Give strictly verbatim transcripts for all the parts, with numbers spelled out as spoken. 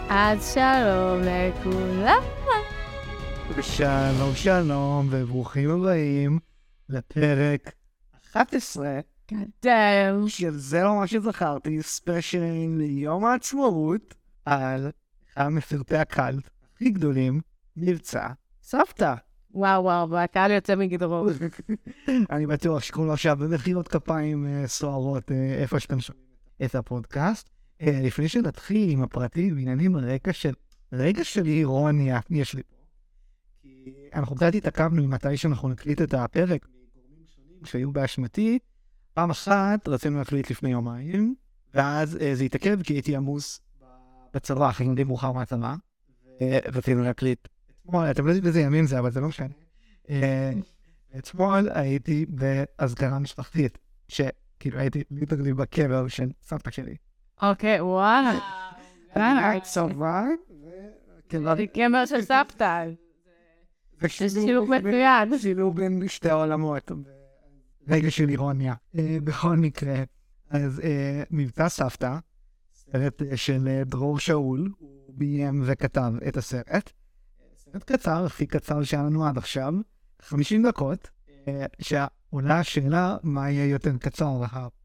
אז שלום לכולם. שלום שלום וברוכים הבאים לפרק אחת עשרה קדם. של זה לא מה שזכרתי, ספיישל יום העצמאות על אחד מסרטי הקלט הכי גדולים, מבצע סבתא. וואו וואו, והקהל יוצא מגדרו. אני בטוח שכולו עכשיו במחיאות כפיים אה, סוערות אה, איפה שאתם שומעים את הפודקאסט. אה, לפני שנתחיל עם הפרטים ועניינים רקע של רגע של אירוניה יש לי פה. כי אנחנו קצת התעכבנו ממתי שאנחנו נקליט את הפרק מגורמים שונים שהיו באשמתי. פעם אחת רצינו להקליט לפני יומיים, ואז אה, זה התעכב כי הייתי עמוס בצבא, אחרי די מאוחר מהצבא, ורצינו להקליט אתמול, אתם לא יודעים איזה ימים זה, אבל זה לא משנה. אה, אתמול הייתי בהזכרה משפחתית, שכאילו הייתי ליטרלי בקבר של סבתא שלי. אוקיי, וואו. צבא, זה קבר של סבתא. זה שילוב מצוין. שילוב בין שתי העולמות. רגע של אירוניה. בכל מקרה, אז מבצע סבתא, סרט של דרור שאול, הוא ביים וכתב את הסרט. סרט קצר, הכי קצר שהיה לנו עד עכשיו, חמישים דקות, שעולה השאלה מה יהיה יותר קצר,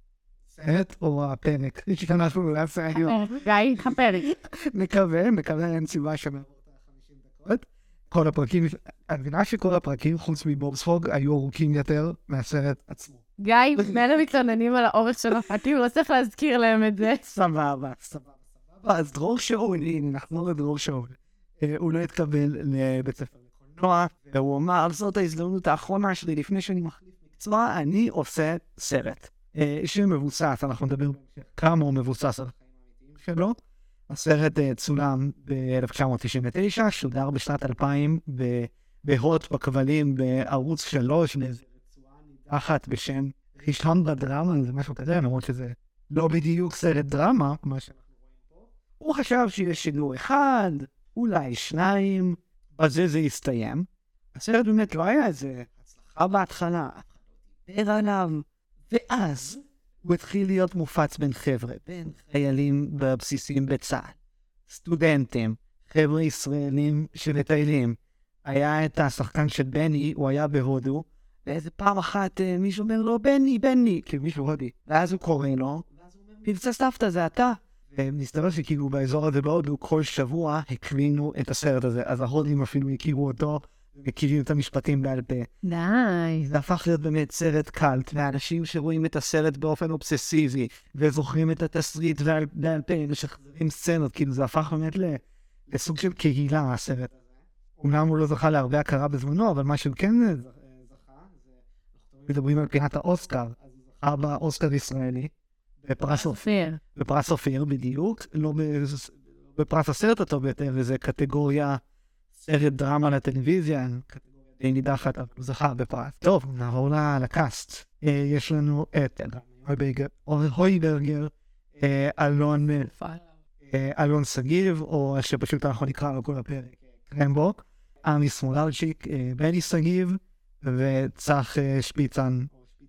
הסרט או הפרק. יש כאן משהו להפסע היום. גיא, הפרק. מקווה, מקווה אין סיבה שמעבור את ה-חמישים דקות. כל הפרקים, אני מבינה שכל הפרקים, חוץ מבובספוג, היו ארוכים יותר מהסרט עצמו. גיא, מנה מתלוננים על האורך של הפרקים, לא צריך להזכיר להם את זה. סבבה, סבבה, סבבה. אז דרור שאול, הנה, נחזור לדרור שאול. הוא לא התקבל לבית ספר לקולנוע, והוא אמר, זאת ההזדמנות האחרונה שלי, לפני שאני מחליף מקצוע, אני עושה סרט. שמבוסס, אנחנו נדבר כמה הוא מבוסס על החיים האמיתיים שלו. הסרט צולם ב-אלף תשע מאות תשעים ותשע, שודר בשנת אלפיים בהוט בכבלים בערוץ שלוש, לאיזו רצועה נידחת בשם ראשון בדרמה, זה משהו כזה, למרות שזה לא בדיוק סרט דרמה, מה שאנחנו רואים פה. הוא חשב שיש שידור אחד, אולי שניים, בזה זה יסתיים. הסרט באמת לא היה איזה הצלחה בהתחלה, דבר עליו, ואז הוא התחיל להיות מופץ בין חבר'ה, בין חיילים בבסיסים בצה"ל, סטודנטים, חבר'ה ישראלים שמטיילים. היה את השחקן של בני, הוא היה בהודו, ואיזה פעם אחת מישהו אומר לו, בני, בני, כי מישהו הודי. ואז הוא קורא לו, ואז הוא אומר, מבצע סבתא, זה אתה. ומסתבר שכאילו באזור הזה בהודו, כל שבוע הקרינו את הסרט הזה, אז ההודים אפילו הכירו אותו, מכירים את המשפטים בעל פה. די. זה הפך להיות באמת סרט קלט, ואנשים שרואים את הסרט באופן אובססיבי, וזוכרים את התסריט בעל פה, ושחזרים סצנות, כאילו זה הפך באמת לסוג של קהילה, הסרט הזה. אומנם הוא לא זכה להרבה הכרה בזמנו, אבל מה שהוא כן זכה, זה מדברים על פינת האוסקר, אז הוא זכה באוסקר ישראלי, בפרס אופיר. בפרס אופיר, בדיוק, לא בפרס הסרט הטוב ביותר, וזה קטגוריה סרט דרמה לטלוויזיה, קטגוריה די נידחת, אבל הוא זכה בפרס. טוב, נעבור לקאסט. יש לנו את הויברגר, אלון אלון סגיב, או שפשוט אנחנו נקרא לו כל הפרק, קרמבו, עמי סמולרצ'יק, בני סגיב, וצח שפיצן,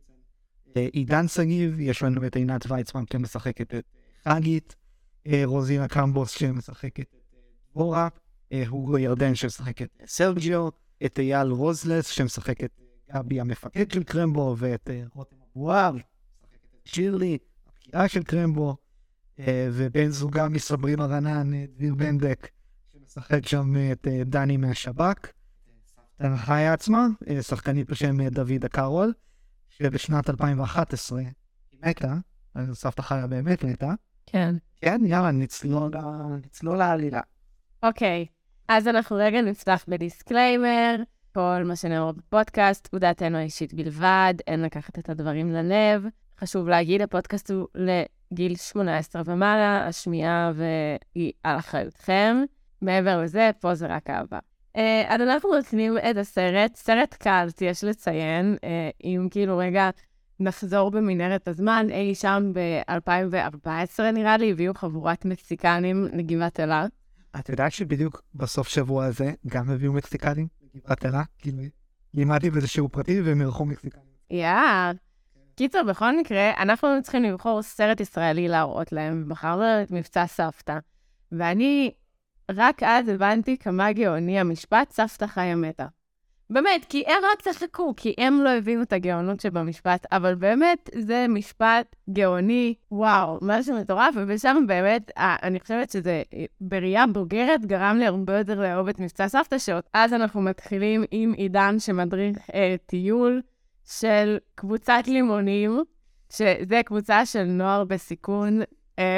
עידן סגיב. יש לנו את עינת ויצמן שמשחקת את חגית, רוזינה קמבוס שמשחקת את דבורה, הוא ירדן שמשחק את סרג'יו, את אייל רוזלס שמשחק את גבי המפקד של קרמבו, ואת רותם אבואר, משחק את שירלי, הפקיעה של קרמבו, ובן זוגה מסברים הרנן, דביר בנדק, שמשחק שם את דני מהשב"כ. סבתא חיה עצמה, שחקנית בשם דוד הקרול, שבשנת אלפיים ואחת עשרה היא מתה, אז סבתא חיה באמת מתה. כן. כן, יאללה, נצלול לעלילה. אוקיי, אז אנחנו רגע נפתח בדיסקליימר, כל מה שנאמר בפודקאסט הוא דעתנו האישית בלבד, אין לקחת את הדברים ללב. חשוב להגיד, הפודקאסט הוא לגיל שמונה עשרה ומעלה, השמיעה והיא על אחריותכם. מעבר לזה, פה זה רק אהבה. אז אנחנו נותנים את הסרט, סרט קלט, יש לציין, אם כאילו רגע נחזור במנהרת הזמן, אי שם ב-אלפיים וארבע עשרה נראה לי, הביאו חבורת מקסיקנים לגבעת אילת. את יודעת שבדיוק בסוף שבוע הזה גם הביאו מקסיקנים לגבעת אילת? כאילו, לימדתי בזה שיעור פרטי והם ערכו מקסיקנים. יאה. קיצור, בכל מקרה, אנחנו צריכים לבחור סרט ישראלי להראות להם, בחרנו את מבצע סבתא. ואני רק אז הבנתי כמה גאוני המשפט, סבתא חיה מתה. באמת, כי הם רק צחקו, כי הם לא הבינו את הגאונות שבמשפט, אבל באמת זה משפט גאוני, וואו, משהו מטורף, ובשם באמת, אני חושבת שזה בראייה בוגרת גרם לי הרבה יותר לאהוב את מבצע סבתא, שעוד אז אנחנו מתחילים עם עידן שמדריך אה, טיול של קבוצת לימונים, שזה קבוצה של נוער בסיכון, אה,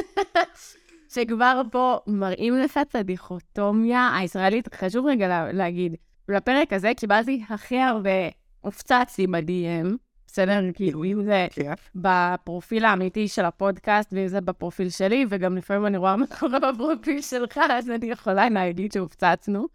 שכבר פה מראים לך את הדיכוטומיה הישראלית. חשוב רגע לה, להגיד, לפרק הזה קיבלתי הכי הרבה הופצצתי ב-די אם, בסדר? כאילו, אם זה בפרופיל האמיתי של הפודקאסט, ואם זה בפרופיל שלי, וגם לפעמים אני רואה מה קורה בפרופיל שלך, אז אני יכולה להגיד שהופצצנו.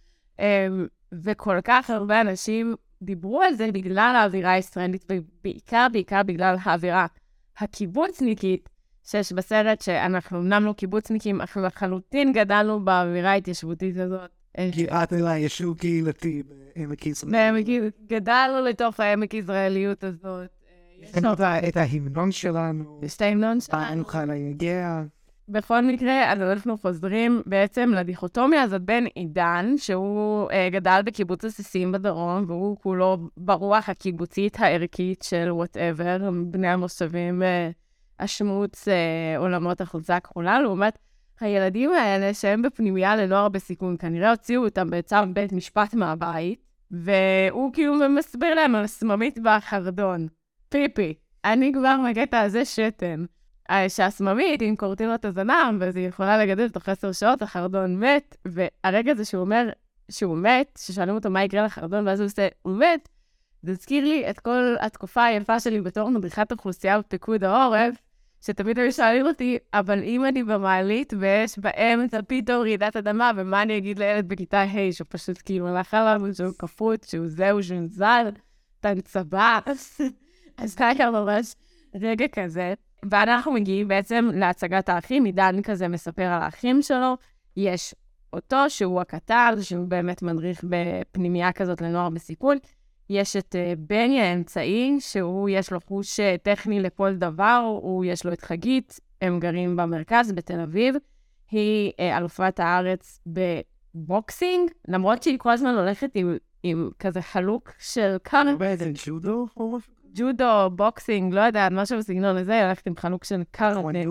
וכל כך הרבה אנשים דיברו על זה בגלל האווירה הישראלית, ובעיקר, בעיקר בגלל האווירה הקיבוצניקית, שיש בסרט שאנחנו אמנם לא קיבוצניקים, אנחנו לחלוטין גדלנו באווירה ההתיישבותית הזאת. גרעת אליי ישוב קהילתי בעמק ישראליות. גדלנו לתוך העמק ישראליות הזאת. יש לנו את ההמנון שלנו. יש את ההמנון שלנו. פעם נוכל להגיע. בכל מקרה, אז אנחנו חוזרים בעצם לדיכוטומיה הזאת בין עידן, שהוא גדל בקיבוץ הסיסים בדרום, והוא כולו ברוח הקיבוצית הערכית של whatever, בני המושבים השמוץ עולמות החולצה הכחולה, לעומת הילדים האלה שהם בפנימיה לנוער בסיכון, כנראה הוציאו אותם בצו בית משפט מהבית, והוא כאילו מסביר להם על הסממית והחרדון. פיפי, אני כבר מגטה הזה שתן. שהסממית, אם קורטים לו את הזנם, וזה יכולה לגדל תוך עשר שעות, החרדון מת, והרגע הזה שהוא אומר שהוא מת, ששאלים אותו מה יקרה לחרדון, ואז הוא עושה, הוא מת, זה הזכיר לי את כל התקופה היפה שלי בתור מדריכת אוכלוסייה בפיקוד העורף, שתמיד היו שואלים אותי, אבל אם אני במעלית ויש באמצע פתאום רעידת אדמה, ומה אני אגיד לילד בכיתה ה' שהוא פשוט כאילו הלך עליו, שהוא כפות, שהוא זהו, שהוא נזל, תן צבא. אז ככה ממש רגע כזה. ואנחנו מגיעים בעצם להצגת האחים, עידן כזה מספר על האחים שלו, יש אותו שהוא הקטר, שהוא באמת מדריך בפנימייה כזאת לנוער בסיכון, יש את בני האמצעי, שהוא יש לו חוש טכני לכל דבר, הוא יש לו את חגית, הם גרים במרכז בתל אביב, היא אלופת הארץ בבוקסינג, למרות שהיא כל הזמן הולכת עם, עם כזה חלוק של כאן. בעצם ג'ודו או משהו? ג'ודו, בוקסינג, לא יודעת, משהו בסגנון הזה, היא הולכת עם חלוק של קארטה.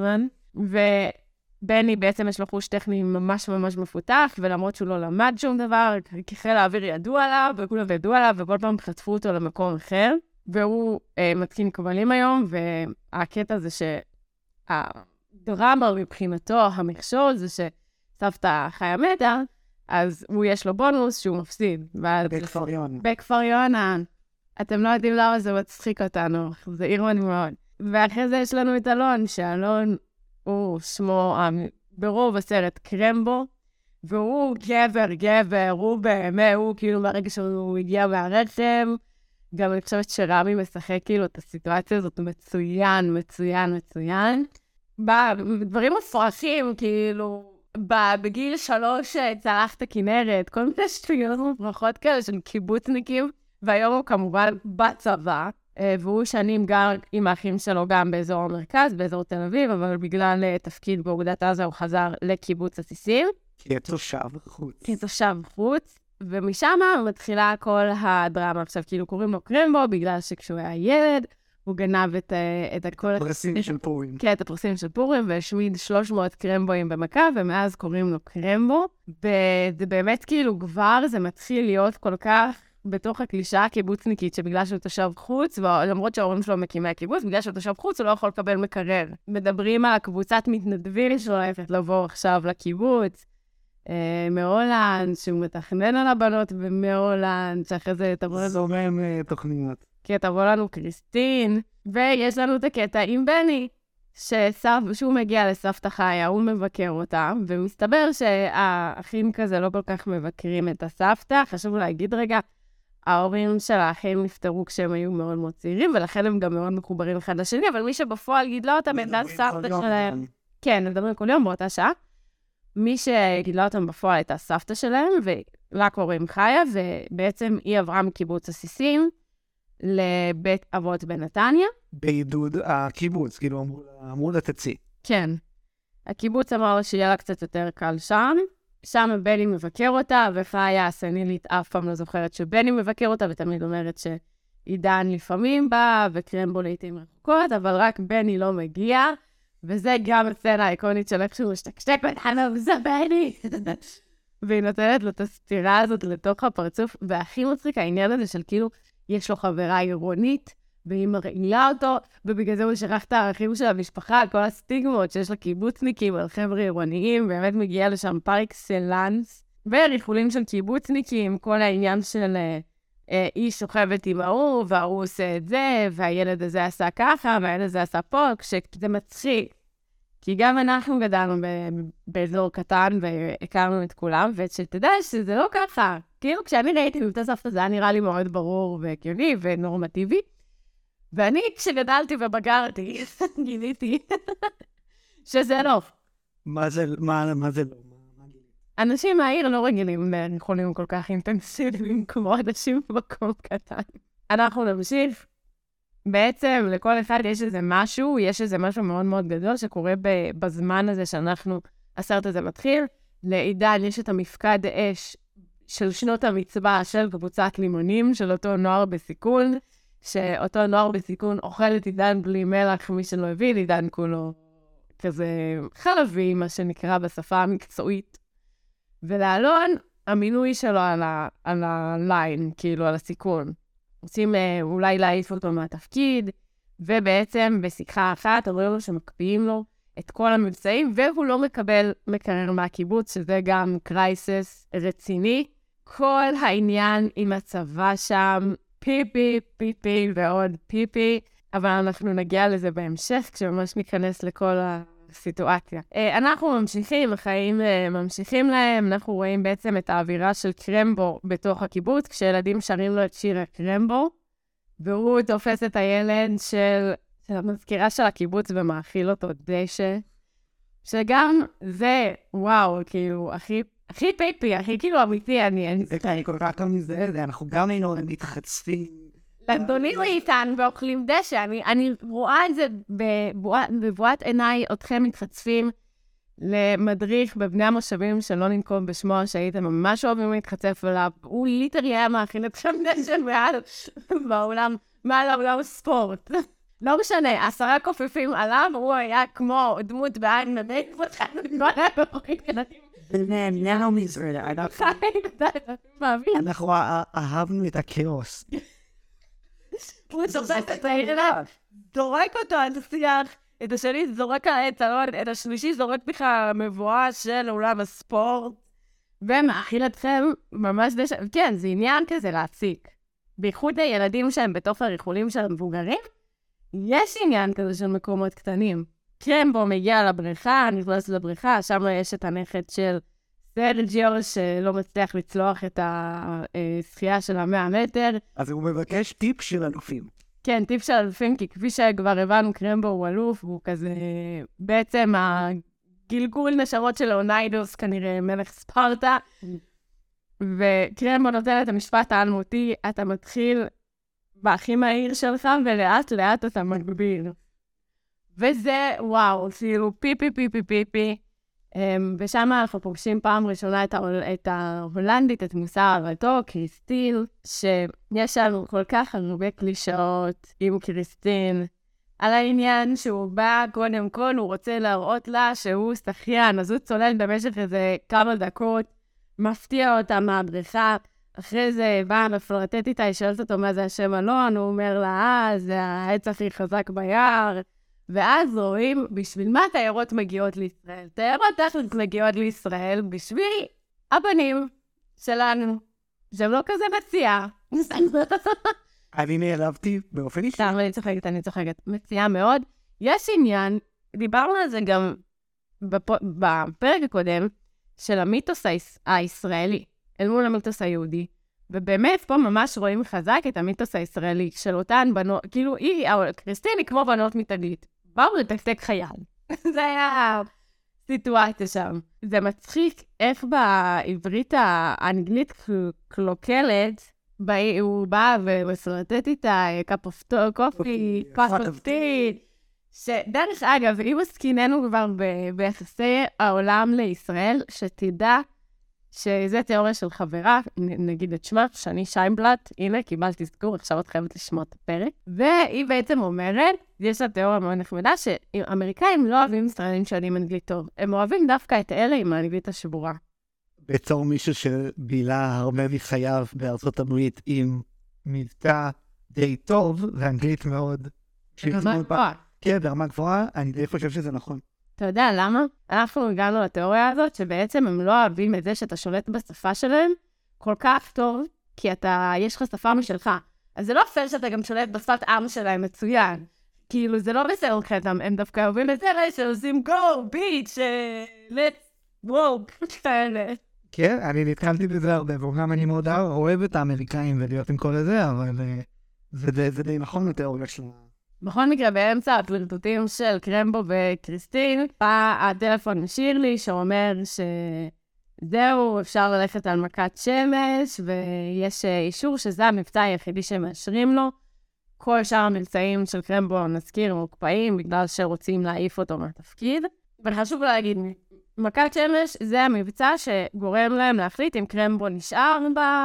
ובני בעצם יש לו חוש טכני ממש ממש מפותח, ולמרות שהוא לא למד שום דבר, כחיל האוויר ידוע עליו, וכולם ידעו עליו, וכל פעם חטפו אותו למקום אחר, והוא אה, מתקין כבלים היום, והקטע זה שהדרמה מבחינתו, המכשול, זה שסבתא חיה מתה, אז הוא יש לו בונוס שהוא מפסיד. בכפר יונה. בכפר יונה. אתם לא יודעים למה זה מצחיק אותנו, זה אירוני מאוד. ואחרי זה יש לנו את אלון, שאלון הוא שמו ברוב הסרט קרמבו, והוא גבר, גבר, הוא באמת, הוא כאילו מהרגע שהוא הגיע מהרחם, גם אני חושבת שרמי משחק כאילו את הסיטואציה הזאת מצוין, מצוין, מצוין. בדברים מפרחים, כאילו, בגיל שלוש צלחת כנרת, כל מיני שטויות מפרחות כאלה של קיבוצניקים, והיום הוא כמובן בצבא, והוא שנים גר עם האחים שלו גם באזור המרכז, באזור תל אביב, אבל בגלל תפקיד באוגדת עזה הוא חזר לקיבוץ הסיסים. כתושב חוץ. כתושב חוץ, ומשם מתחילה כל הדרמה. עכשיו, כאילו קוראים לו קרמבו, בגלל שכשהוא היה ילד, הוא גנב את, את הכל... הפרסים של פורים. כן, את הפרסים של פורים, והשמיד שלוש מאות קרמבוים במכה, ומאז קוראים לו קרמבו. וזה באמת כאילו כבר זה מתחיל להיות כל כך בתוך הקלישה הקיבוצניקית, שבגלל שהוא תושב חוץ, ולמרות שההורים שלו מקימי הקיבוץ, בגלל שהוא תושב חוץ, הוא לא יכול לקבל מקרר. מדברים על הקבוצת מתנדבים שהולכת לבוא עכשיו לקיבוץ, אה, מהולנד, שהוא מתכנן על הבנות במהולנד, שאחרי זה תבוא לנו... זורם תוכניות. כן, תבוא לנו קריסטין, ויש לנו את הקטע עם בני, שסב, שהוא מגיע לסבתא חיה, הוא מבקר אותה, ומסתבר שהאחים כזה לא כל כך מבקרים את הסבתא. חשוב להגיד רגע, ההורים של האחים נפטרו כשהם היו מאוד מאוד צעירים, ולכן הם גם מאוד מחוברים אחד לשני, אבל מי שבפועל גידלה אותם הייתה סבתא שלהם. כן, מדברים כל יום באותה שעה. מי שגידלה אותם בפועל הייתה סבתא שלהם, ולה קוראים חיה, ובעצם היא עברה מקיבוץ הסיסים לבית אבות בנתניה. בעידוד הקיבוץ, כאילו אמרו לה תצאי. כן. הקיבוץ אמר לה שיהיה לה קצת יותר קל שם. שם בני מבקר אותה, וחיה הסנילית אף פעם לא זוכרת שבני מבקר אותה, ותמיד אומרת שעידן לפעמים בא, וקרמבו לעתים רחוקות, אבל רק בני לא מגיע, וזה גם הסצנה האיקונית של איך שהוא משתקשק בנחנה, וזה בני! והיא נותנת לו את הסתירה הזאת לתוך הפרצוף, והכי מצחיק העניין הזה של כאילו, יש לו חברה עירונית, והיא מרעילה אותו, ובגלל זה הוא שכח את הערכים של המשפחה, כל הסטיגמות שיש לקיבוצניקים על חבר'ה עירוניים, באמת מגיע לשם פר אקסלנס, וריחולים של קיבוצניקים, כל העניין של אה, היא שוכבת עם ההוא, וההוא עושה את זה, והילד הזה עשה ככה, והילד הזה עשה פה, כשזה מצחיק. כי גם אנחנו גדלנו ב- באזור קטן, והכרנו את כולם, ושתדע שזה לא ככה. כאילו כשאני ראיתי מבטא סבתא, זה היה נראה לי מאוד ברור והגיוני ונורמטיבי. ואני, כשגדלתי ובגרתי, גיליתי שזה לא. מה זה, מה, מה זה לא? אנשים מהעיר לא רגילים לריחולים כל כך אינטנסיביים כמו אנשים במקום קטן. אנחנו נמשיך. בעצם לכל אחד יש איזה משהו, יש איזה משהו מאוד מאוד גדול שקורה בזמן הזה שאנחנו, הסרט הזה מתחיל. לעידן יש את המפקד אש של שנות המצווה של קבוצת לימונים, של אותו נוער בסיכון, שאותו נוער בסיכון אוכל את עידן בלי מלח, מי שלא הבין, עידן כולו כזה חלבי, מה שנקרא בשפה המקצועית. ולאלון, המינוי שלו על, ה- על הליין, כאילו על הסיכון. רוצים אה, אולי להעיף אותו מהתפקיד, ובעצם בשיחה אחת אומרים לו שמקפיאים לו את כל המבצעים, והוא לא מקבל מקרר מהקיבוץ, שזה גם קרייסס רציני. כל העניין עם הצבא שם, פיפי, פיפי ועוד פיפי, אבל אנחנו נגיע לזה בהמשך, כשממש ניכנס לכל הסיטואציה. אנחנו ממשיכים, החיים ממשיכים להם, אנחנו רואים בעצם את האווירה של קרמבו בתוך הקיבוץ, כשילדים שרים לו את שיר הקרמבו, והוא תופס את הילד של, של המזכירה של הקיבוץ ומאכיל אותו דשא, שגם זה, וואו, כאילו, הכי... הכי פיפי, הכי כאילו אמיתי, אני... אני כל כך גם מזה, אנחנו גם היינו מתחצפים. לדונים איתן ואוכלים דשא, אני רואה את זה בבועת עיניי, אתכם מתחצפים למדריך בבני המושבים שלא ננקוב בשמו, שהייתם ממש אוהבים להתחצף עליו, הוא ליטרי היה מאכיל אתכם דשא מעל בעולם, מעל העולם ספורט. לא משנה, עשרה קופפים עליו, הוא היה כמו דמות בעין נדק, נהנו מישראל, אנחנו אהבנו את הכאוס. הוא זורק את הילד, זורק אותו על השיח, את השני זורק על הצלון, את השלישי זורק בך מבואה של עולם הספורט, ומאכיל אתכם ממש דשא, כן, זה עניין כזה להציק. בייחוד הילדים שהם בתוך הריחולים של המבוגרים, יש עניין כזה של מקומות קטנים. קרמבו מגיע לבריכה, נכנס לבריכה, שם יש את הנכד של סרג'יו שלא מצליח לצלוח את השחייה של המאה מטר. אז הוא מבקש טיפ של אלופים. כן, טיפ של אלופים, כי כפי שכבר הבנו, קרמבו הוא אלוף, והוא כזה בעצם הגלגול נשמות של אוניידוס, כנראה מלך ספרטה. וקרמבו נותן את המשפט האלמותי, אתה מתחיל בהכי מהיר שלך, ולאט לאט אתה מגביר. וזה, וואו, כאילו פי פי פי פי פי פי. ושם אנחנו פוגשים פעם ראשונה את, ההול, את ההולנדית, את מוסר הרתו, קריסטיל, שיש לנו כל כך הרבה קלישאות עם קריסטין, על העניין שהוא בא קודם כל, הוא רוצה להראות לה שהוא שחיין, אז הוא צולל במשך איזה כמה דקות, מפתיע אותה מהבריכה, אחרי זה באה מפלרטט איתה, היא שואלת אותו מה זה השם אלון, הוא אומר לה, אה, זה העץ הכי חזק ביער, ואז רואים, בשביל מה תיירות מגיעות לישראל? תיירות תכלס מגיעות לישראל בשביל הבנים שלנו, שהם לא כזה מציעה. אני נעלבתי באופן אישי. אני צוחקת, אני צוחקת. מציעה מאוד. יש עניין, דיברנו על זה גם בפרק הקודם, של המיתוס הישראלי, אל מול המיתוס היהודי. ובאמת פה ממש רואים חזק את המיתוס הישראלי, של אותן בנות, כאילו היא, קריסטין היא כמו בנות מתגלית. באו לתקתק חייל. זה היה סיטואציה שם. זה מצחיק איך בעברית האנגלית קלוקלת, הוא בא ומסרטט איתה cup of coffee, cup of tea, שדרך אגב, אם עסקיננו כבר ב- ביחסי העולם לישראל, שתדע שזה תיאוריה של חברה, נ- נגיד את שמה, שאני שיינבלט, הנה, קיבלתי סגור, עכשיו את חייבת לשמוע את הפרק. והיא בעצם אומרת, יש לה תיאוריה מאוד נחמדה, שאמריקאים לא אוהבים ישראלים שיודעים אנגלית טוב, הם אוהבים דווקא את אלה עם האנגלית השבורה. בתור מישהו שבילה הרבה מחייו בארצות הברית עם מבטא די טוב, ואנגלית מאוד... ברמה גבוהה. כן, ברמה גבוהה, אני די חושב שזה נכון. אתה יודע למה? אנחנו הגענו לתיאוריה הזאת, שבעצם הם לא אוהבים את זה שאתה שולט בשפה שלהם כל כך טוב, כי אתה, יש לך שפה משלך. אז זה לא פייר שאתה גם שולט בשפת עם שלהם מצוין. כאילו, זה לא בסדר כתם, הם דווקא אוהבים את זה, שעושים go, beach, let's walk, כאלה. כן, אני נתקלתי בזה הרבה, ואומנם אני מאוד אוהב את האמריקאים ולהיות עם כל הזה, אבל זה די, זה די נכון התיאוריה שלה. בכל מקרה, באמצע הפלרטוטים של קרמבו וקריסטין, בא הטלפון משירלי שאומר שזהו, אפשר ללכת על מכת שמש, ויש אישור שזה המבצע היחידי שמאשרים לו. כל שאר המבצעים של קרמבו, נזכיר, מוקפאים, בגלל שרוצים להעיף אותו מהתפקיד. וחשוב להגיד, מכת שמש זה המבצע שגורם להם להחליט אם קרמבו נשאר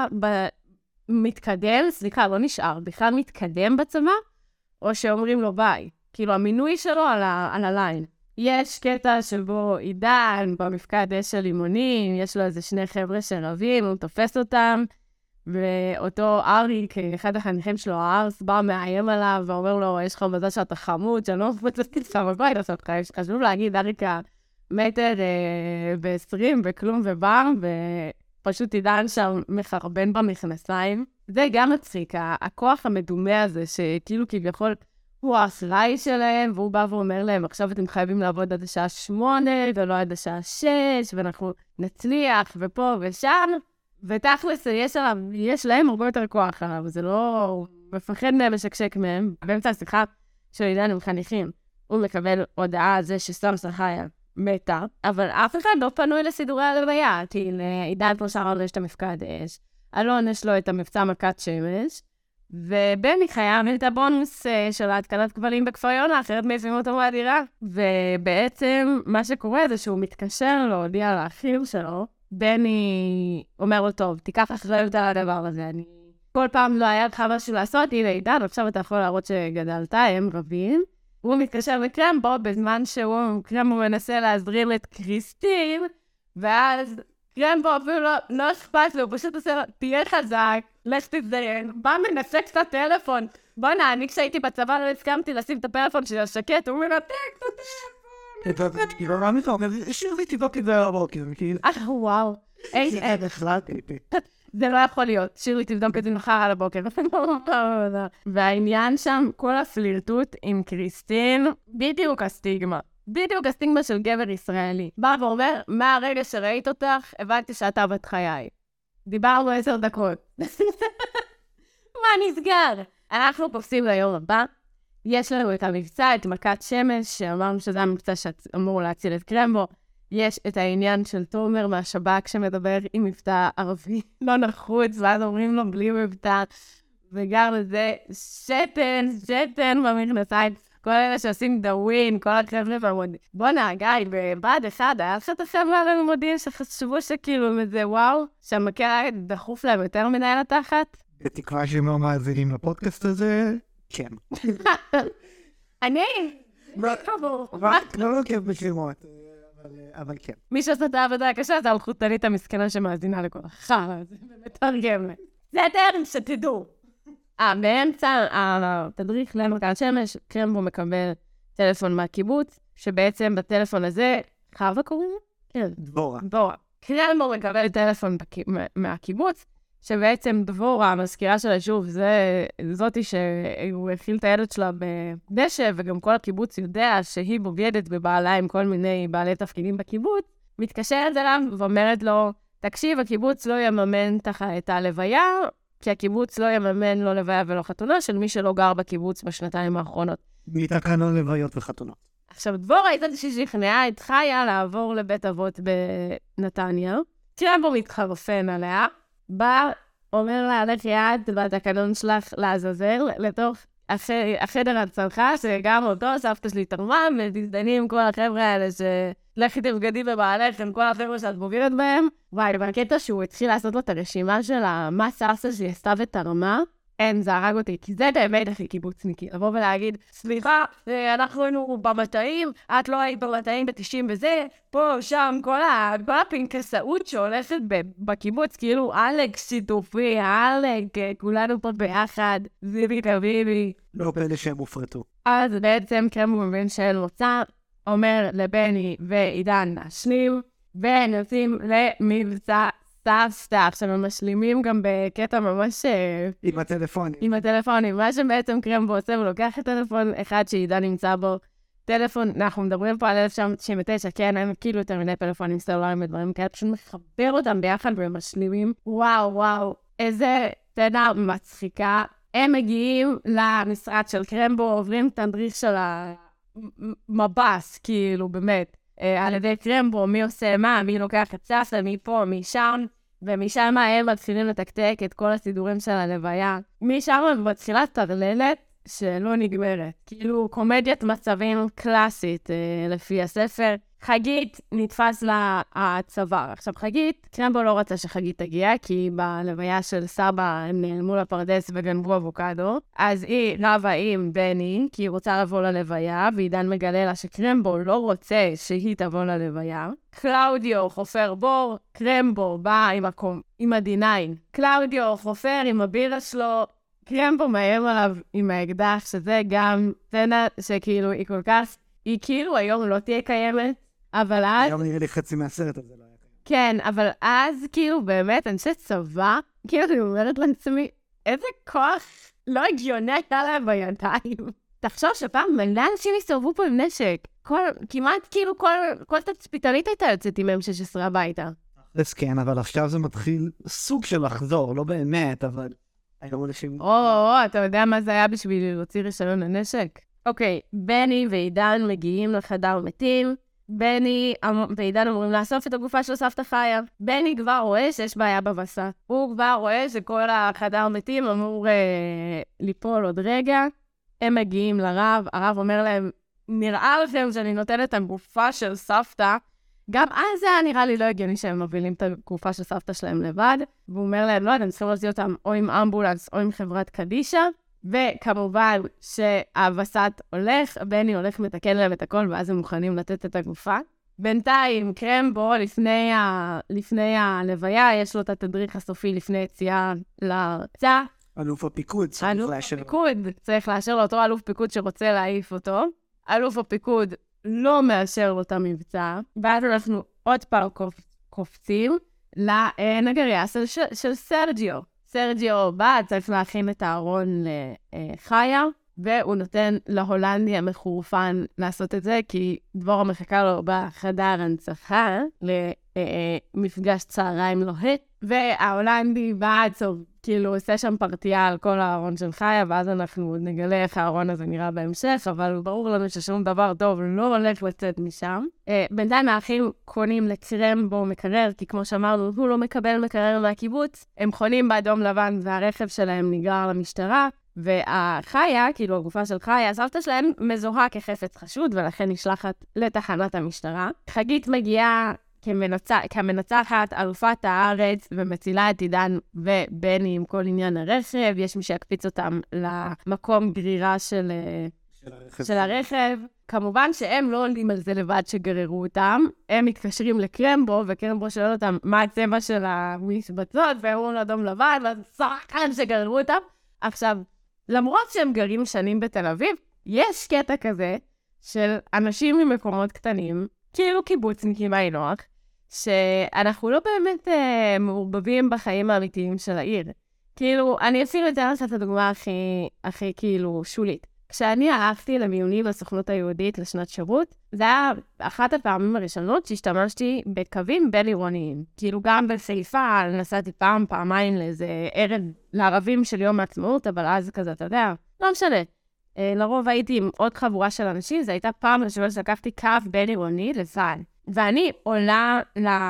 במתקדם, סליחה, לא נשאר, בכלל מתקדם בצבא, או שאומרים לו ביי. כאילו, המינוי שלו על, ה- על הליין. יש קטע שבו עידן, במפקד אש של לימונים, יש לו איזה שני חבר'ה שרבים, הוא תופס אותם, ואותו אריק, אחד החניכים שלו, הארס, בא מאיים עליו, ואומר לו, יש לך מזל שאתה חמוד, שאני לא מפוצצת לך בבית, אז חשוב להגיד, אריק המטר אה, ב-עשרים, בכלום ובר, ופשוט עידן שם מחרבן במכנסיים. זה גם מצחיק, הכוח המדומה הזה, שכאילו כביכול הוא האחראי שלהם, והוא בא ואומר להם, עכשיו אתם חייבים לעבוד עד השעה שמונה, ולא עד השעה שש, ואנחנו נצליח, ופה ושם, ותכלס, יש, עליו, יש להם הרבה יותר כוח עליו, זה לא מפחד מהם משקשק מהם. באמצע השיחה של עידן עם חניכים, הוא מקבל הודעה על זה שסמסה חיה מתה, אבל אף אחד לא פנוי לסידורי הלוויה, כי לעידן פה שר על רשת המפקד אש, אלון יש לו את המבצע מכת שמש, ובני חייב את הבונוס של ההתקנת כבלים בכפר יונה, אחרת מעיפים אותו מהדירה. ובעצם מה שקורה זה שהוא מתקשר להודיע לאחים שלו, בני אומר לו, טוב, תיקח אחריות על הדבר הזה, אני... כל פעם לא היה לך משהו לעשות, הנה עידן, עכשיו אתה יכול להראות שגדלת, הם רבים. הוא מתקשר לקרמבו בזמן שהוא, קרמבו מנסה להזרים את קריסטין, ואז קרמבו אפילו לא, לא אכפת לו, הוא פשוט עושה לו, תהיה חזק, לך תזדיין, בא מנפק את הטלפון. בוא'נה, אני כשהייתי בצבא לא הסכמתי לשים את הפלאפון של השקט, הוא מנתק את הטלפון. את הרמית אומר, שיר לי תבדוק את זה הבוקר, כאילו. אה, וואו. זה בכלל. זה לא יכול להיות. שירלי תבדוק את זה מחר על הבוקר. והעניין שם, כל הפלירטוט עם קריסטין, בדיוק הסטיגמה. בדיוק הסטיגמה של גבר ישראלי. בא ואומר, מהרגע שראית אותך, הבנתי שאתה בת חיי. דיברנו עשר דקות. מה נסגר? אנחנו פופסים ליום הבא. יש לנו את המבצע, את מכת שמש, שאמרנו שזה המבצע שאמור להציל את קרמבו. יש את העניין של תומר מהשב"כ שמדבר עם מבטא ערבי לא נחוץ, ואז אומרים לו בלי מבטא, וגם לזה שתן, שתן במכנסיים, כל אלה שעושים דאווין, כל החבר'ה והמודיעין. בוא'נה, גיא, בבד אחד, היה לך את החבר'ה על המודיעין שחשבו שכאילו מזה וואו, שהמקל היה דחוף להם יותר מנהל התחת? בתקווה שהם לא מאזינים לפודקאסט הזה, כן. אני? רק לא כיף בשירות. אבל כן. מי שעושה את העבודה הקשה, זה הלכותנית המסכנה שמאזינה לכל החרא, זה מתרגם. זה אתם שתדעו. אה, באמצע התדריך למכת שמש, קרמבו מקבל טלפון מהקיבוץ, שבעצם בטלפון הזה, חווה קוראים? כן. דבורה. דבורה. קרמבו מקבל טלפון מהקיבוץ, שבעצם דבורה, המזכירה של היישוב, זאתי שהוא הכיל את הילד שלה בדשא, וגם כל הקיבוץ יודע שהיא בוגדת בבעלה עם כל מיני בעלי תפקידים בקיבוץ, מתקשרת אליו ואומרת לו, תקשיב, הקיבוץ לא יממן את הלוויה, כי הקיבוץ לא יממן לא לוויה ולא חתונה, של מי שלא גר בקיבוץ בשנתיים האחרונות. מתקנון לוויות וחתונות. עכשיו, דבורה הייתה ששכנעה את חיה לעבור לבית אבות בנתניה, קרמבו מתחרפן עליה, בא, אומר לה, לך יד בתקנון שלך לעזאזל, לתוך החדר הצלחה, שגם אותו סבתא שלי תרמה, ותזדנים כל החבר'ה האלה שלכי תבגדי בבעלך, עם כל החבר'ה שאת בוגרת בהם. וואי, בקטע שהוא התחיל לעשות לו את הרשימה של מה סבתא שלי עשתה ותרמה, אין, זה הרג אותי, כי זה באמת הכי קיבוצניקי. לבוא ולהגיד, סליחה, אנחנו היינו במטעים, את לא היית במטעים ב-תשעים וזה, פה, שם, כל הפנקסאות שהולכת בקיבוץ, כאילו, אלק שיתופי, אלק, כולנו פה ביחד, זיבי תביבי. לא פלא שהם הופרטו. אז בעצם קרמבו מבין שאין מוצא, אומר לבני ועידן להשלים, ונוצאים למבצע סטאפ סטאפ, שהם משלימים גם בקטע ממש... עם הטלפונים. עם הטלפונים. מה שבעצם קרמבו עושה, הוא לוקח את טלפון אחד שעידן נמצא בו. טלפון, אנחנו מדברים פה על אלף תשע מאות תשעים ותשע, כן, אין כאילו יותר מיני פלאפונים סלולריים ודברים כאלה, פשוט מחבר אותם ביחד והם משלימים. וואו, וואו, איזה סצנה מצחיקה. הם מגיעים למשרד של קרמבו, עוברים את הדריך של המבס, כאילו, באמת. על ידי קרמבו, מי עושה מה, מי לוקח את ססה, מי פה, מי שם, ומשם הם מתחילים לתקתק את כל הסידורים של הלוויה. משם הם מתחילה טרללת שלא נגמרת. כאילו קומדיית מצבים קלאסית לפי הספר. חגית נתפס לה הצוואר. עכשיו חגית, קרמבו לא רצה שחגית תגיע, כי בלוויה של סבא הם נעלמו לפרדס וגנבו אבוקדו. אז היא רבה עם בני, כי היא רוצה לבוא ללוויה, ועידן מגלה לה שקרמבו לא רוצה שהיא תבוא ללוויה. קלאודיו חופר בור, קרמבו בא עם, הקום, עם הדיניין. קלאודיו חופר עם הבירה שלו, קרמבו מאיים עליו עם האקדח, שזה גם סצנה שכאילו היא כל כך, היא כאילו היום לא תהיה קיימת. אבל אז... היום נראה לי חצי מהסרט הזה לא היה קיים. כן, אבל אז כאילו באמת אנשי צבא, כאילו אני אומרת לעצמי, איזה כוח לא הגיוני היה להם בידיים. תחשוב שפעם מלא אנשים הסתובבו פה עם נשק. כל, כמעט כאילו כל, כל תצפיתנית הייתה יוצאת עם אם שש עשרה הביתה. אז כן, אבל עכשיו זה מתחיל סוג של לחזור, לא באמת, אבל... היום אנשים... או, או, אתה יודע מה זה היה בשביל להוציא רישיון לנשק? אוקיי, בני ועידן מגיעים לחדר מתים. בני ועידן אומרים לאסוף את הגופה של סבתא חיה. בני כבר רואה שיש בעיה בבסה. הוא כבר רואה שכל החדר מתים אמור אה, ליפול עוד רגע. הם מגיעים לרב, הרב אומר להם, נראה לכם שאני נותנת את הגופה של סבתא. גם אז זה היה נראה לי לא הגיוני שהם מובילים את הגופה של סבתא שלהם לבד. והוא אומר להם, לא, אתם צריכים להוציא אותם או עם אמבולנס או עם חברת קדישה. וכמובן שהווסת הולך, בני הולך מתקן להם את הכל, ואז הם מוכנים לתת את הגופה. בינתיים, קרמבו, לפני, ה... לפני הלוויה, יש לו את התדריך הסופי לפני יציאה לרצה. אלוף הפיקוד, צריך אלוף לאשר. אלוף הפיקוד, צריך לאשר לו אותו אלוף פיקוד שרוצה להעיף אותו. אלוף הפיקוד לא מאשר לו את המבצע, ואז אנחנו עוד פעם קופ... קופצים לנגריה של, של סרג'יו. סרג'יו בא, צריך להכין את הארון לחיה, והוא נותן להולנדי המחורפן לעשות את זה, כי דבורה מחכה לו בחדר הנצחה למפגש צהריים לוהט, וההולנדי בא, צוב, כאילו עושה שם פרטייה על כל הארון של חיה, ואז אנחנו נגלה איך הארון הזה נראה בהמשך, אבל ברור לנו ששום דבר טוב לא הולך לצאת משם. בינתיים האחים קונים לקרמבו מקרר, כי כמו שאמרנו, הוא לא מקבל מקרר מהקיבוץ, הם חונים באדום לבן והרכב שלהם נגרר למשטרה, והחיה, כאילו הגופה של חיה, הסבתא שלהם מזוהה כחפץ חשוד, ולכן נשלחת לתחנת המשטרה. חגית מגיעה כמנצח, כמנצחת אלופת הארץ, ומצילה את עידן ובני עם כל עניין הרכב. יש מי שיקפיץ אותם למקום גרירה של, של, הרכב. של הרכב. כמובן שהם לא עולים על זה לבד שגררו אותם, הם מתקשרים לקרמבו, וקרמבו שואל אותם מה הצבע של המשבצות, והם אומרים לאדום לבן, והשחקן שגררו אותם. עכשיו, למרות שהם גרים שנים בתל אביב, יש קטע כזה של אנשים ממקומות קטנים, כאילו קיבוצניקים מהי נוח, שאנחנו לא באמת אה, מעורבבים בחיים האמיתיים של העיר. כאילו, אני אפילו אתן לך את הדוגמה הכי, הכי כאילו שולית. כשאני הלכתי למיוני בסוכנות היהודית לשנת שירות, זה היה אחת הפעמים הראשונות שהשתמשתי בקווים בין עירוניים. כאילו גם בחיפה נסעתי פעם, פעמיים לאיזה ערב לערבים של יום העצמאות, אבל אז כזה, אתה יודע, לא משנה. לרוב הייתי עם עוד חבורה של אנשים, זו הייתה פעם ראשונה שלקחתי קו בין עירוני לבד. ואני עולה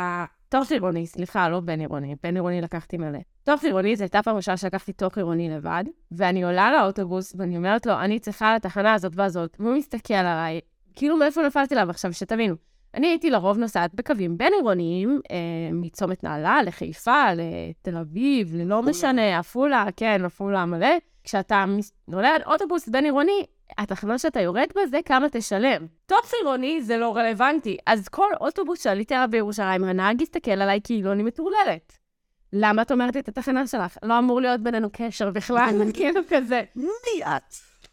תוך עירוני, סליחה, לא בין עירוני, בין עירוני לקחתי מלא. תוך עירוני, זו הייתה פעם ראשונה שלקחתי תוך עירוני לבד, ואני עולה לאוטובוס, ואני אומרת לו, אני צריכה לתחנה הזאת והזאת, והוא מסתכל עליי, כאילו מאיפה נפלתי עליו עכשיו, שתבינו. אני הייתי לרוב נוסעת בקווים בין עירוניים, אה, מצומת נעלה לחיפה, לתל אביב, ללא משנה, אפולה, כן, אפולה מלא. כשאתה עולה על אוטובוס בין עירוני, התחנה שאתה יורד בה זה כמה תשלם. תוך עירוני זה לא רלוונטי, אז כל אוטובוס שעליתי עליו בירושלים, הנהג הסתכל עליי כאילו אני מטורללת. למה את אומרת את התחנה שלך? לא אמור להיות בינינו קשר בכלל, כאילו כזה. מי את?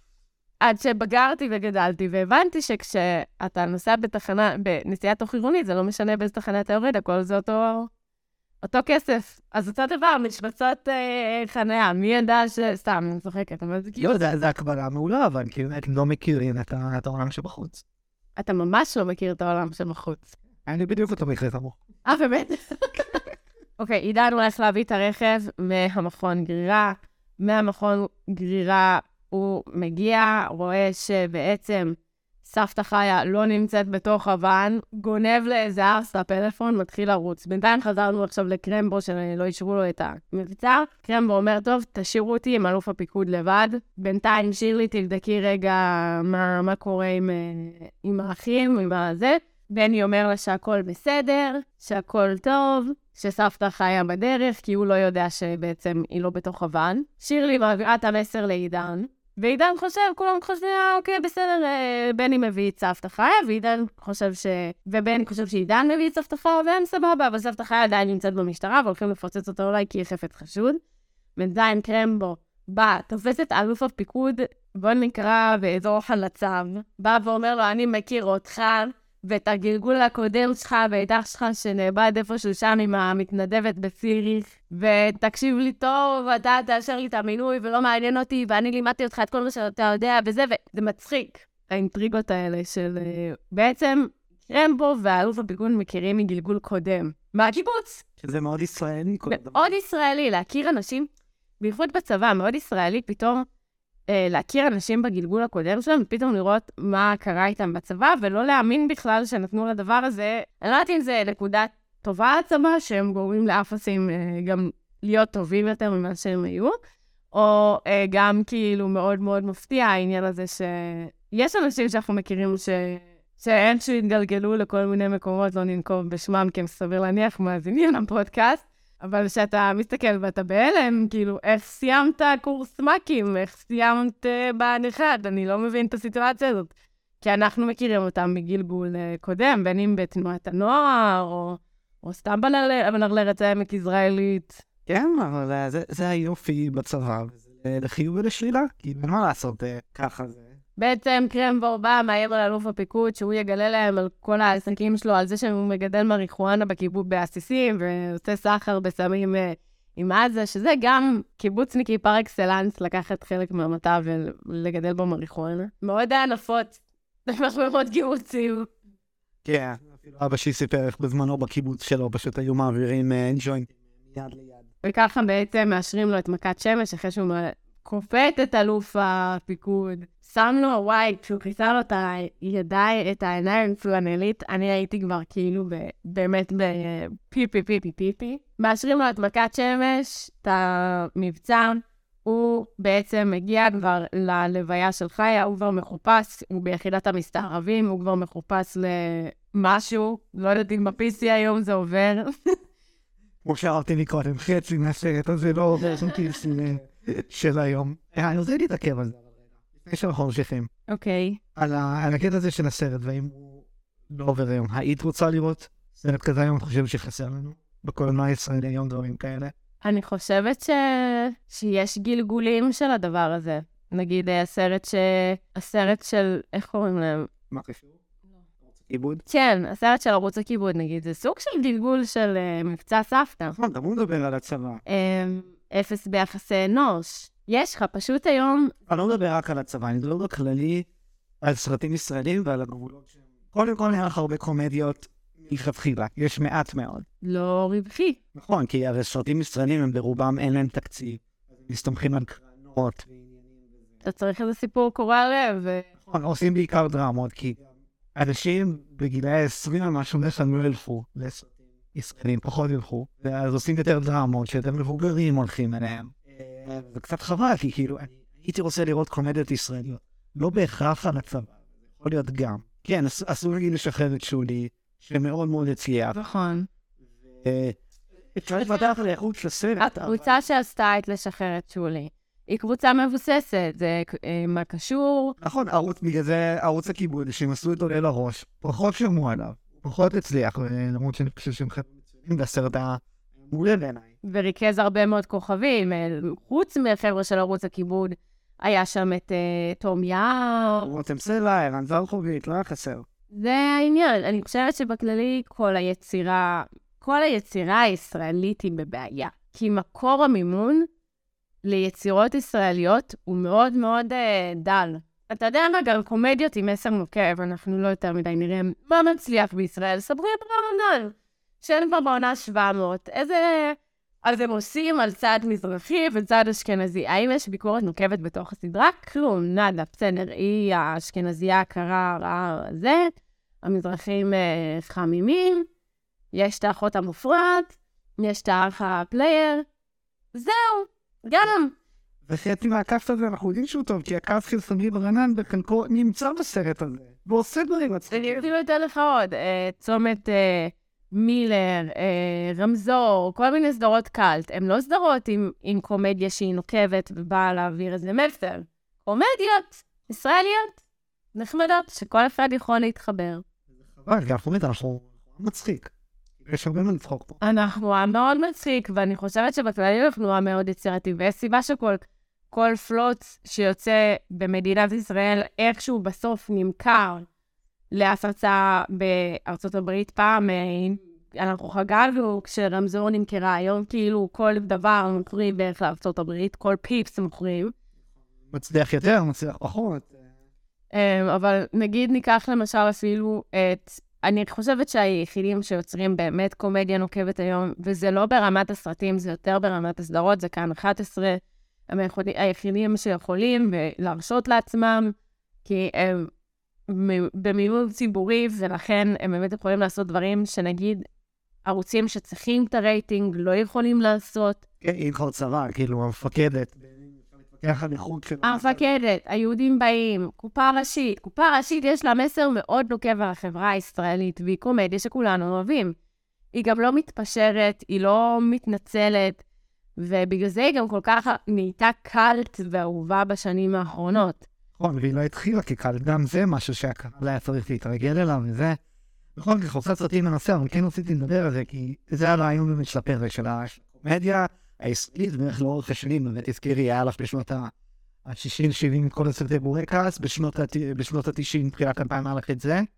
עד שבגרתי וגדלתי, והבנתי שכשאתה נוסע בתחנה, בנסיעה תוך עירונית, זה לא משנה באיזה תחנה אתה יורד, הכל זה אותו, אותו כסף. אז אותו דבר, משבצות אה, חניה, מי ידע ש... סתם, אני צוחקת, אבל זה כאילו... לא, זה, זה הקבלה מעולה, אבל כאילו, אתם לא מכירים את, ה, את העולם שבחוץ. אתה ממש לא מכיר את העולם שבחוץ. אני בדיוק אותו מכיר את המוח. אה, באמת? אוקיי, עידן הולך להביא את הרכב מהמכון גרירה. מהמכון גרירה הוא מגיע, רואה שבעצם סבתא חיה לא נמצאת בתוך הוואן, גונב לאיזה ארס את הפלאפון, מתחיל לרוץ. בינתיים חזרנו עכשיו לקרמבו שלא אישרו לו את המבצע. קרמבו אומר, טוב, תשאירו אותי עם אלוף הפיקוד לבד. בינתיים שירלי, תבדקי רגע מה, מה קורה עם, עם האחים, עם הזה. בני אומר לה שהכל בסדר, שהכל טוב, שסבתא חיה בדרך, כי הוא לא יודע שבעצם היא לא בתוך הוואן. שירלי מעבירה את המסר לעידן. ועידן חושב, כולם חושבים, אוקיי, בסדר, בני מביא את סבתא חיה, ועידן חושב ש... ובני חושב שעידן מביא את סבתא חיה, והם סבבה, אבל סבתא חיה עדיין נמצאת במשטרה, והולכים לפוצץ אותה אולי כי היא חפץ חשוד. בינתיים קרמבו בא, תופס את אלוף הפיקוד, בוא נקרא באזור חלציו, בא ואומר לו, אני מכיר אותך, ואת הגלגול הקודם שלך, ואת אח שלך שנאבד איפשהו שם עם המתנדבת בציריך, ותקשיב לי טוב, אתה תאשר לי את המינוי, ולא מעניין אותי, ואני לימדתי אותך את כל מה שאתה יודע, וזה, וזה מצחיק. האינטריגות האלה של... בעצם, קרמבו והאלוף הפיקוד מכירים מגלגול קודם. מהקיבוץ? שזה מאוד ישראלי. מאוד ישראלי, להכיר אנשים, בייחוד בצבא, מאוד ישראלי, פתאום... להכיר אנשים בגלגול הקודם שלהם, ופתאום לראות מה קרה איתם בצבא, ולא להאמין בכלל שנתנו לדבר הזה. אני לא יודעת אם זה נקודה טובה הצבא, שהם גורמים לאפסים גם להיות טובים יותר ממה שהם היו, או גם כאילו מאוד מאוד מפתיע העניין הזה שיש אנשים שאנחנו מכירים ש... שאין שהתגלגלו לכל מיני מקומות, לא ננקוב בשמם, כי הם סביר להניח מאזינים לפודקאסט, אבל שאתה מסתכל ואתה בהלם, כאילו, איך סיימת קורס מקים, איך סיימת uh, בהנחת, אני לא מבין את הסיטואציה הזאת. כי אנחנו מכירים אותם בגלגול uh, קודם, בין אם בתנועת הנוער, או, או סתם בנרלרת העמק ישראלית. כן, אבל זה, זה היופי בצבא, וזה לחיוב ולשלילה, כי אין מה לעשות uh, ככה זה. בעצם קרמבו בא מהעיר לאלוף הפיקוד, שהוא יגלה להם על כל העסקים שלו, על זה שהוא מגדל מריחואנה בקיבוץ בעסיסים, ועושה סחר בסמים עם עזה, שזה גם קיבוצניקי פר אקסלנס, לקחת חלק מהמטע ולגדל בו מריחואנה. מאוד הענפות, מאוד קיבוצים. כן, אפילו אבא שלי סיפר איך בזמנו בקיבוץ שלו, פשוט היו מעבירים ג'וינט מיד ליד. וככה בעצם מאשרים לו את מכת שמש, אחרי שהוא קופט את אלוף הפיקוד. שם לו, וואי, כשהוא כיסה לו את הידיים, את העיניים פלנלית, אני הייתי כבר כאילו באמת בפיפי פיפי פיפי. מאשרים לו את מכת שמש, את המבצע, הוא בעצם מגיע כבר ללוויה של חיה, הוא כבר מחופש, הוא ביחידת המסתערבים, הוא כבר מחופש למשהו, לא יודעת אם ב-פי סי היום זה עובר. כמו שאהבתי לי קודם, חצי מהסרט הזה לא עובר שם פי סי של היום. אני רוצה להתעכב על זה. לפני שאנחנו ממשיכים. אוקיי. על הקטע הזה של הסרט, ואם הוא לא עובר היום. היית רוצה לראות סרט כזה היום, את חושבת שחסר לנו? בקולנוע הישראלי היום דברים כאלה? אני חושבת ש... שיש גלגולים של הדבר הזה. נגיד הסרט ש... הסרט של... איך קוראים להם? מה קשור? ערוץ הכיבוד? כן, הסרט של ערוץ הכיבוד, נגיד. זה סוג של גלגול של uh, מבצע סבתא. נכון, אתה בוא מדבר על הצבא. Um, אפס ביחסי אנוש. יש לך פשוט היום... אני לא מדבר רק על הצבא, אני מדבר בכללי על סרטים ישראלים ועל הגבולות שהם... קודם כל נראה לך הרבה קומדיות מלכתחילה, יש מעט מאוד. לא רווחי. נכון, כי הרי סרטים ישראלים הם ברובם אין להם תקציב, מסתמכים על קרנות. אתה צריך איזה סיפור קורע לב. ו... נכון, עושים בעיקר דרמות, כי אנשים בגילי עשרים משהו נכן לא ילכו לסרטים ישראלים פחות ילכו, ואז עושים יותר דרמות שיותר מבוגרים הולכים אליהם. זה קצת חבל, כי כאילו, אני הייתי רוצה לראות קומדיות ישראליות. לא בהכרח על הצבא, זה יכול להיות גם. כן, אסור להגיד לשחרר את שולי, שמאוד מאוד הצליח. נכון. אפשר לפתח לאיכות לסרט. הקבוצה שעשתה את לשחרר את שולי. היא קבוצה מבוססת, זה מה קשור. נכון, ערוץ, בגלל זה ערוץ הכיבוד, שהם עשו את עולה לראש, פחות שמעו עליו, פחות הצליח, למרות שאני חושב שהם חייבים מצוינים, והסרט המעולה בעיניי. וריכז הרבה מאוד כוכבים, חוץ מהחבר'ה של ערוץ הכיבוד, היה שם את תום יער. רותם סלע, ערן זרחובית, לא היה חסר. זה העניין, אני חושבת שבכללי כל היצירה, כל היצירה הישראלית היא בבעיה, כי מקור המימון ליצירות ישראליות הוא מאוד מאוד אה, דל. אתה יודע מה, גם קומדיות עם מסר נוקב, אנחנו לא יותר מדי נראה מה מצליח בישראל, סברי ברמדאן, שאין כבר בעונה שבע מאות, איזה... אז הם עושים על צד מזרחי וצד אשכנזי. האם יש ביקורת נוקבת בתוך הסדרה? כלום, נדה, בסדר, היא האשכנזייה הקרה הרעה הזה, המזרחים אה, חמימים, יש את האחות המופרעת, יש את האח הפלייר, זהו. גם. וחצי מהקאסט הזה אנחנו יודעים שהוא טוב, כי הקאסט של סמרי ברנן בחלקו נמצא בסרט הזה, ועושה דברים מצחיקים. אני אפילו אתן לך עוד, צומת מילר, רמזור, כל מיני סדרות קלט. הן לא סדרות עם קומדיה שהיא נוקבת ובאה להעביר איזה מסר. קומדיות ישראליות נחמדות, שכל אחד יכול להתחבר. אבל גם חומית, אנחנו מצחיק. יש הרבה מה לצחוק פה. אנחנו מאוד מצחיק, ואני חושבת שבכללי אנחנו מאוד יצירתי, ויש סיבה שכל כל פלוץ שיוצא במדינת ישראל, איכשהו בסוף נמכר להפצה בארצות הברית פעם, אנחנו חגגנו כשרמזור נמכרה, היום כאילו כל דבר מוכרים בערך לארצות הברית, כל פיפס מוכרים. מצליח יותר, מצליח פחות. אבל נגיד ניקח למשל אפילו את... אני חושבת שהיחידים שיוצרים באמת קומדיה נוקבת היום, וזה לא ברמת הסרטים, זה יותר ברמת הסדרות, זה כאן אחת עשרה, הם היחידים שיכולים להרשות לעצמם, כי הם במימון ציבורי, ולכן הם באמת יכולים לעשות דברים שנגיד ערוצים שצריכים את הרייטינג, לא יכולים לעשות. כן, היא כבר צבא, כאילו המפקדת. המפקדת, היהודים באים, קופה ראשית. קופה ראשית יש לה מסר מאוד נוקב על החברה הישראלית, והיא קומדיה שכולנו אוהבים. היא גם לא מתפשרת, היא לא מתנצלת, ובגלל זה היא גם כל כך נהייתה קלט ואהובה בשנים האחרונות. נכון, והיא לא התחילה כקלט, גם זה משהו שהקהל היה צריך להתרגל אליו, וזה... נכון, כחוצת סרטים לנושא, אבל כן רציתי לדבר על זה, כי זה הרעיון באמת של הפרק של הקומדיה, הישראלית, ואיך לאורך השנים, באמת הזכירי, היה לך בשנות ה-שישים שבעים כל הסרטי בורקס, בשנות ה-תשעים, תחילת אלפיים הלך את זה,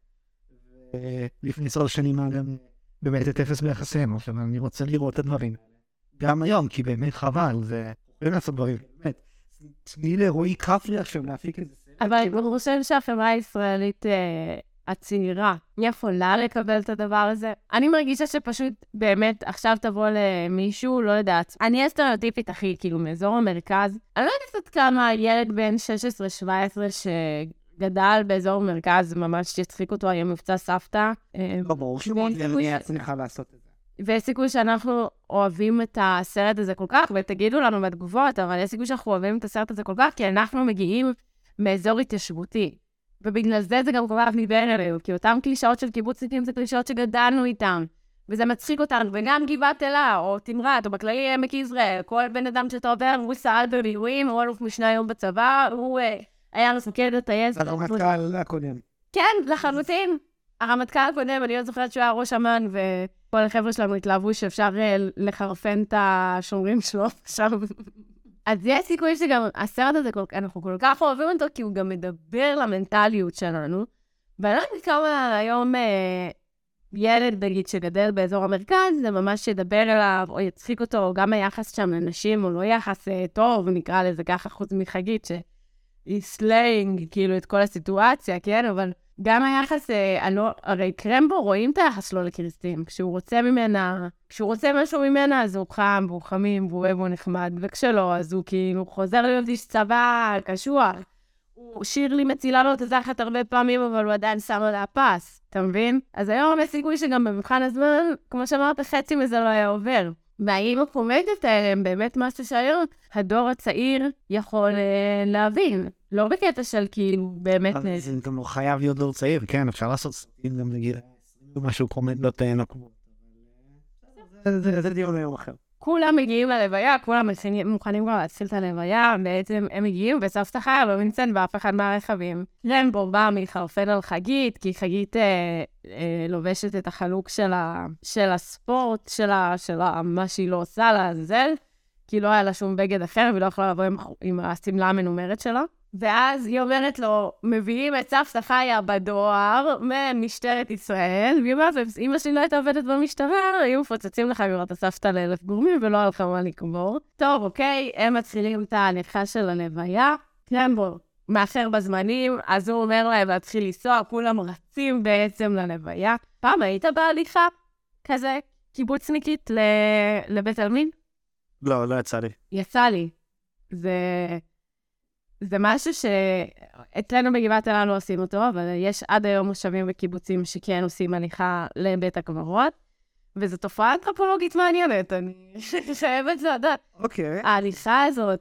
ולפני עשר שנים גם באמת את אפס ביחסיהם, עכשיו אני רוצה לראות את הדברים, גם היום, כי באמת חבל, זה יכולים לעשות דברים, באמת, תני לרועי כפרי עכשיו להפיק את זה. אבל אני חושב שהחברה הישראלית הצעירה יכולה לקבל את הדבר הזה. אני מרגישה שפשוט באמת עכשיו תבוא למישהו, לא יודעת. אני הסטריאוטיפית הכי, כאילו, מאזור המרכז. אני לא יודעת עד כמה ילד בן שש עשרה שבע עשרה שגדל באזור המרכז, ממש יצחיק אותו היום מבצע סבתא. ברור, שמות, אני אצליחה לעשות את זה. ויש סיכוי שאנחנו אוהבים את הסרט הזה כל כך, ותגידו לנו בתגובות, אבל יש סיכוי שאנחנו אוהבים את הסרט הזה כל כך, כי אנחנו מגיעים מאזור התיישבותי. ובגלל זה זה גם כל כך ניבן אלינו, כי אותם קלישאות של קיבוצניקים זה קלישאות שגדלנו איתם, וזה מצחיק אותנו, וגם גבעת אלה, או תמרת, או בכללי עמק יזרעאל, כל בן אדם שאתה עובר, הוא סעד במילואים, הוא אלוף משנה היום בצבא, הוא היה מפקד הטייס. הרמטכ"ל הקודם. כן, לחלוטין. הרמטכ"ל הקודם, אני לא זוכרת שהוא היה ראש אמ"ן, וכל החבר'ה שלנו התלהבו שאפשר לחרפן את השומרים שלו. אז יש סיכוי שגם הסרט הזה, אנחנו כל כך אוהבים אותו, כי הוא גם מדבר למנטליות שלנו. ואני לא יודעת כמה היום ילד, נגיד, שגדל באזור המרכז, זה ממש ידבר אליו, או יצחיק אותו, או גם היחס שם לנשים, או לא יחס טוב, נקרא לזה ככה, חוץ מחגית, שהיא סלנג, כאילו, את כל הסיטואציה, כן? אבל גם היחס, הרי קרמבו רואים את היחס שלו לקריסטין, כשהוא רוצה ממנה, כשהוא רוצה משהו ממנה, אז הוא חם, והוא חמים, והוא אוהב, הוא נחמד, וכשלא, אז הוא כאילו חוזר להיות איש צבא, קשוח. שירלי מצילה לו את הזחת הרבה פעמים, אבל הוא עדיין שם עליה פס, אתה מבין? אז היום יש סיכוי שגם במבחן הזמן, כמו שאמרת, חצי מזה לא היה עובר. והאם הקומדיות האלה הם באמת משהו שהיום הדור הצעיר יכול אה, להבין. לא בקטע של כאילו באמת... זה גם לא חייב להיות דור צעיר, כן, אפשר לעשות סרטים גם נגיד משהו קומדיות נקבות. זה דיון היום אחר. כולם מגיעים ללוויה, כולם מוכנים כבר להציל את הלוויה, בעצם הם מגיעים וסבתא חיה לא נמצאת באף אחד מהרכבים. רמבו בא מתחרפן על חגית, כי חגית אה, אה, לובשת את החלוק של, ה, של הספורט, של, ה, של ה, מה שהיא לא עושה לעזל, כי לא היה לה שום בגד אחר, והיא לא יכולה לבוא עם, עם הסמלה המנומרת שלה. ואז היא אומרת לו, מביאים את סבתא חיה בדואר ממשטרת ישראל, והיא אומרת, אמא שלי לא הייתה עובדת במשטרה, היו מפוצצים לך לראות את הסבתא לאלף גורמים, ולא היה לך מה לקבור. טוב, אוקיי, הם מתחילים את ההליכה של הלוויה, קרמבו מאחר בזמנים, אז הוא אומר להם להתחיל לנסוע, כולם רצים בעצם ללוויה. פעם היית בהליכה כזה, קיבוצניקית לבית עלמין? לא, לא יצא לי. יצא לי. זה... זה משהו שאצלנו בגבעת אלון לא עושים אותו, אבל יש עד היום מושבים וקיבוצים שכן עושים הליכה לבית הקברות, וזו תופעה אנתרופולוגית מעניינת, אני חייבת לדעת. אוקיי. ההליכה הזאת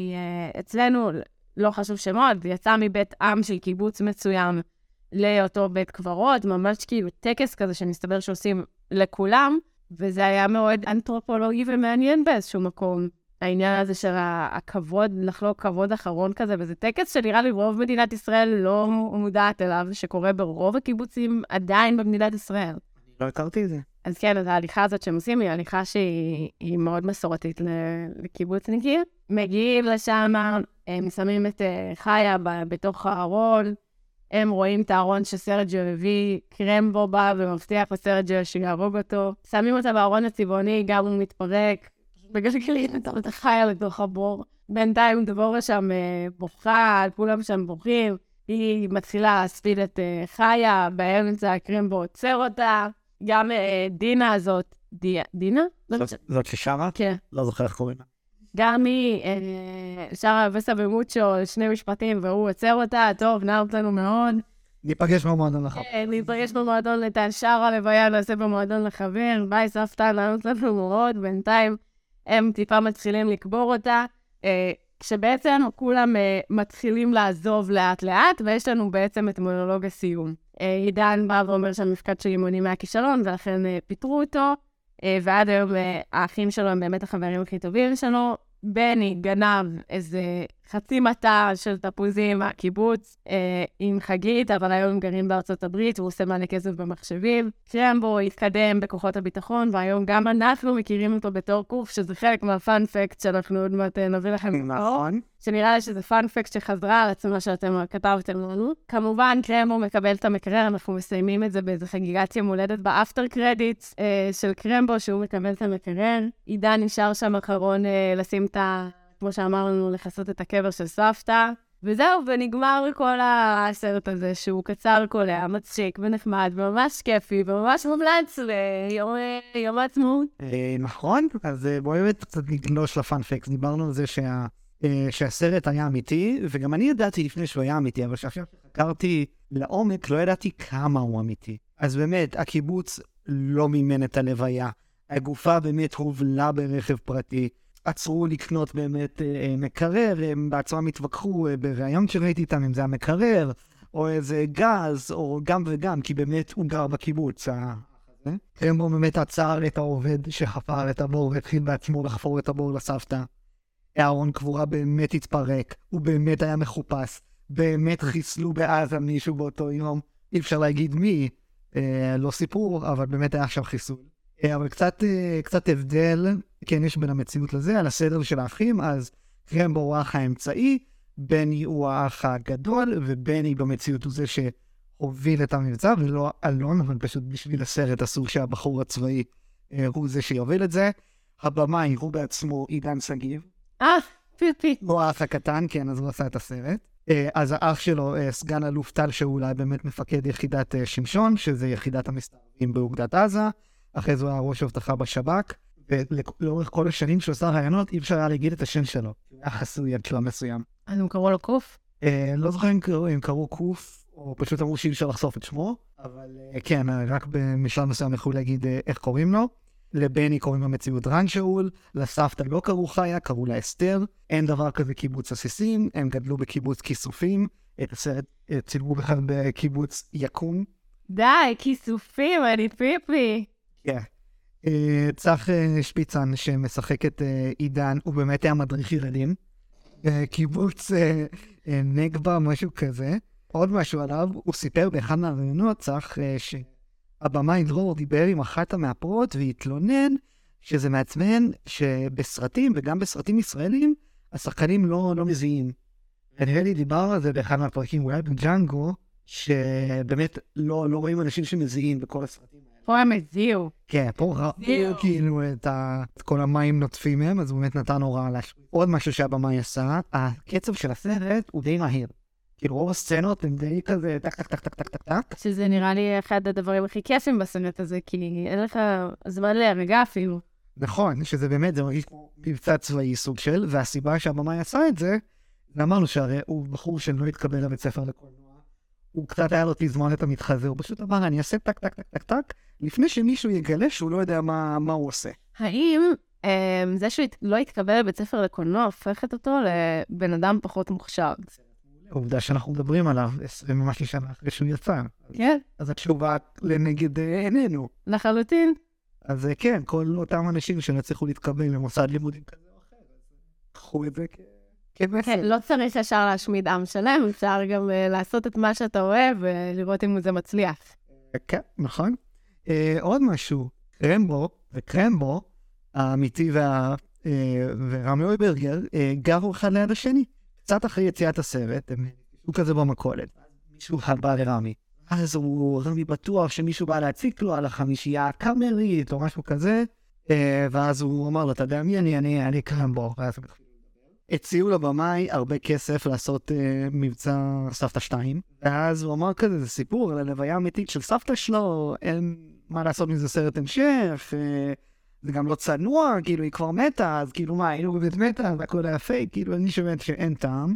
אצלנו, לא חשוב שמות, זה יצא מבית עם של קיבוץ מצוים לאותו בית קברות, ממש כאילו טקס כזה שנסתבר שעושים לכולם, וזה היה מאוד אנתרופולוגי ומעניין באיזשהו מקום. העניין הזה של הכבוד, לחלוק כבוד אחרון כזה, וזה טקס שנראה לי רוב מדינת ישראל לא מודעת אליו, שקורה ברוב הקיבוצים עדיין במדינת ישראל. לא הכרתי את זה. אז כן, אז ההליכה הזאת שהם עושים היא הליכה שהיא מאוד מסורתית לקיבוצניקים. מגיעים לשם, הם שמים את חיה בתוך הארון, הם רואים את הארון שסרג'יו הביא, קרמבו בא ומבטיח לסרג'יו שיהרוג אותו. שמים אותה בארון הצבעוני, גם הוא מתפרק, בגלגלים את החיה לתוך הבור. בינתיים דבורה שם בוכה, כולם שם בוכים, היא מתחילה להספיד את חיה, באמצע קרמבו עוצר אותה. גם דינה הזאת, דינה? זאת ששרה? כן. לא זוכר איך קוראים לה. גם היא שרה וסה במוצ'ו, שני משפטים, והוא עוצר אותה, טוב, נערת לנו מאוד. ניפגש במועדון לחבר. כן, ניפגש במועדון לתן שרה לוויה, נעשה במועדון לחבר, ביי סבתא, נערת לנו מאוד, בינתיים הם טיפה מתחילים לקבור אותה, כשבעצם כולם מתחילים לעזוב לאט לאט, ויש לנו בעצם את מונולוג הסיום. עידן בא ואומר שהמפקד של אימונים היה כישלון, ולכן פיטרו אותו, ועד היום האחים שלו הם באמת החברים הכי טובים שלו. בני גנב איזה חצי מטה של תפוזים מהקיבוץ אה, עם חגית, אבל היום הם גרים בארצות הברית, הוא עושה מלא כסף במחשבים. קרמבו התקדם בכוחות הביטחון, והיום גם אנחנו מכירים אותו בתור קוף, שזה חלק מהפאנפקט שאנחנו עוד מעט נביא לכם. נכון. שנראה לי שזה פאנפקט שחזרה על עצמה שאתם כתבתם לנו. כמובן, קרמבו מקבל את המקרר, אנחנו מסיימים את זה באיזה חגיגת יום הולדת באפטר קרדיטס אה, של קרמבו, שהוא מקבל את המקרר. עידן נשאר שם אחרון אה, לשים את ה... כמו שאמרנו, לחסות את הקבר של סבתא. וזהו, ונגמר כל הסרט הזה, שהוא קצר קולע, מצחיק ונחמד, וממש כיפי, וממש מומלץ ליום העצמאות. נכון, אז בואי באמת קצת נגלוש לפאנפקס. דיברנו על זה שה... שהסרט היה אמיתי, וגם אני ידעתי לפני שהוא היה אמיתי, אבל כשאפשר חקרתי לעומק, לא ידעתי כמה הוא אמיתי. אז באמת, הקיבוץ לא מימן את הלוויה. הגופה באמת הובלה ברכב פרטי. עצרו לקנות באמת אה, מקרר, הם בעצמם התווכחו אה, ברעיון שראיתי איתם, אם זה המקרר, או איזה גז, או גם וגם, כי באמת הוא גר בקיבוץ. הם בו באמת עצר את העובד שחפר את הבור, והתחיל בעצמו לחפור את הבור לסבתא. הארון קבורה באמת התפרק, הוא באמת היה מחופש, באמת חיסלו בעזה מישהו באותו יום, אי אפשר להגיד מי, אה, לא סיפור, אבל באמת היה עכשיו חיסול. אה, אבל קצת, אה, קצת הבדל, כן, יש בין המציאות לזה, על הסדר של האחים, אז קרמבו הוא האח האמצעי, בני הוא האח הגדול, ובני במציאות הוא זה שהוביל את המבצע, ולא אלון, אבל פשוט בשביל הסרט אסור שהבחור הצבאי אה, הוא זה שיוביל את זה. הבמאי הוא בעצמו עידן סגיב, אה, פיפי. הוא האח הקטן, כן, אז הוא עשה את הסרט. אז האח שלו, סגן אלוף טל, שהוא אולי באמת מפקד יחידת שמשון, שזה יחידת המסתערבים באוגדת עזה. אחרי זה הוא היה ראש אבטחה בשב"כ, ולאורך כל השנים שהוא עשה רעיונות, אי אפשר היה להגיד את השם שלו. הוא היה חסוי עד שלב מסוים. אז הוא קראו לו קוף? לא זוכר אם קראו קוף, או פשוט אמרו שאי אפשר לחשוף את שמו, אבל כן, רק במשל מסוים יכולו להגיד איך קוראים לו. לבני קוראים במציאות רן שאול, לסבתא לא קראו חיה, קראו לה אסתר, אין דבר כזה קיבוץ עסיסים, הם גדלו בקיבוץ כיסופים, את הסרט צילמו בכלל בקיבוץ יקום. די, כיסופים, אני פיפי. כן. צח שפיצן שמשחק את עידן, הוא באמת היה מדריך ילדים. קיבוץ נגבה, משהו כזה. עוד משהו עליו, הוא סיפר באחד מהרעיונות, צח, שהבמאי דרור דיבר עם אחת המאפרות והתלונן שזה מעצבן שבסרטים וגם בסרטים ישראלים, השחקנים לא, לא מזיעים. ונראה לי דיבר על זה באחד מהפרקים, אולי בג'אנגו, שבאמת לא, לא רואים אנשים שמזיעים בכל הסרטים האלה. פה הם הזיעו. כן, פה ראו כאילו את, ה... את כל המים נוטפים מהם, אז הוא באמת נתן הוראה להשפיע. עוד משהו שהבמאי עשה, הקצב של הסרט הוא די מהיר. כאילו רוב הסצנות הם די כזה טק טק טק טק טק טק טק. שזה נראה לי אחד הדברים הכי כיפים בסרט הזה, כי אין לך זמן להרגע אפילו. נכון, שזה באמת, זה מרגיש כמו מבצע צבאי סוג של, והסיבה שהבמאי עשה את זה, ואמרנו שהרי הוא בחור שלא התקבל לבית ספר לקולנוע, הוא קצת היה לו תזמון את המתחזה, הוא פשוט אמר, אני אעשה טק טק טק טק טק, לפני שמישהו יגלה שהוא לא יודע מה, מה הוא עושה. האם אה, זה שהוא לא התקבל לבית ספר לקולנוע, הופכת אותו לבן אדם פחות מוכשר? העובדה שאנחנו מדברים עליו עשרים ומשהו שנה אחרי שהוא יצא. כן. אז התשובה לנגד עינינו. לחלוטין. אז כן, כל אותם אנשים שנצליחו להתקבל למוסד לימודים כזה או אחר, אז קחו את זה כמסר. כן, לא צריך ישר להשמיד עם שלם, אפשר גם לעשות את מה שאתה אוהב ולראות אם זה מצליח. כן, נכון. עוד משהו, קרמבו וקרמבו, האמיתי ורמי אויברגר, גרו אחד ליד השני. קצת אחרי יציאת הסרט, הם נפגשו כזה במכולת. מישהו בא לרמי. אז הוא, רמי בטוח שמישהו בא להציג לו על החמישייה הקאמרית או משהו כזה, ואז הוא אמר לו, אתה יודע מי אני? אני, אני קרמבו. ואז הם התחילו לדבר. הציעו לבמאי הרבה כסף לעשות מבצע סבתא שתיים, ואז הוא אמר כזה, זה סיפור על הלוויה האמיתית של סבתא שלו, אין מה לעשות מזה סרט המשך, זה גם לא צנוע, כאילו היא כבר מתה, אז כאילו מה, היינו בבית מתה, והכל היה פייק, כאילו אני שומעת שאין טעם.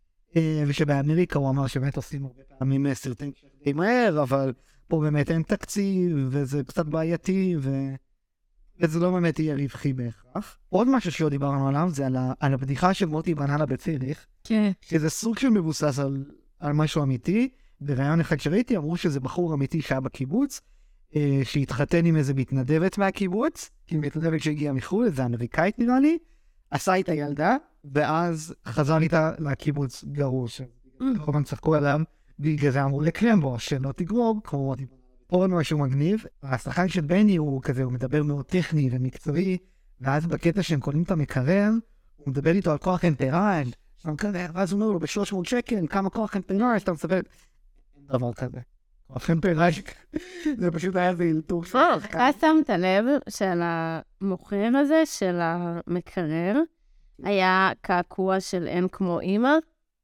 ושבאמריקה הוא אמר שבאמת עושים הרבה פעמים סרטים די מהר, אבל פה באמת אין תקציב, וזה קצת בעייתי, ו... וזה לא באמת יהיה רווחי בהכרח. עוד משהו שעוד דיברנו עליו, זה על, ה... על הבדיחה של מוטי בנאלה בציריך, כן. שזה סוג של מבוסס על, על משהו אמיתי, ברעיון אחד שראיתי, אמרו שזה בחור אמיתי שהיה בקיבוץ, שהתחתן עם איזה מתנדבת מהקיבוץ, עם מתנדבת שהגיעה מחו"ל, זה אמריקאית נראה לי, עשה איתה ילדה, ואז חזר איתה לקיבוץ גרוש. כמובן צחקו עליו, בגלל זה אמרו לקרמבו, שלא תגרום, כמו עוד משהו מגניב. השחקן של בני הוא כזה, הוא מדבר מאוד טכני ומקצועי, ואז בקטע שהם קונים את המקרר, הוא מדבר איתו על כוח אנטרל, ואז הוא אומר לו, ב-שלוש מאות שקל, כמה כוח אנטרל, שאתה מספר, אין דבר כזה. כוח אנטרל, זה פשוט היה איזה אילתור. אתה שמת לב של המוכר הזה, של המקרר, היה קעקוע של אין כמו אמא,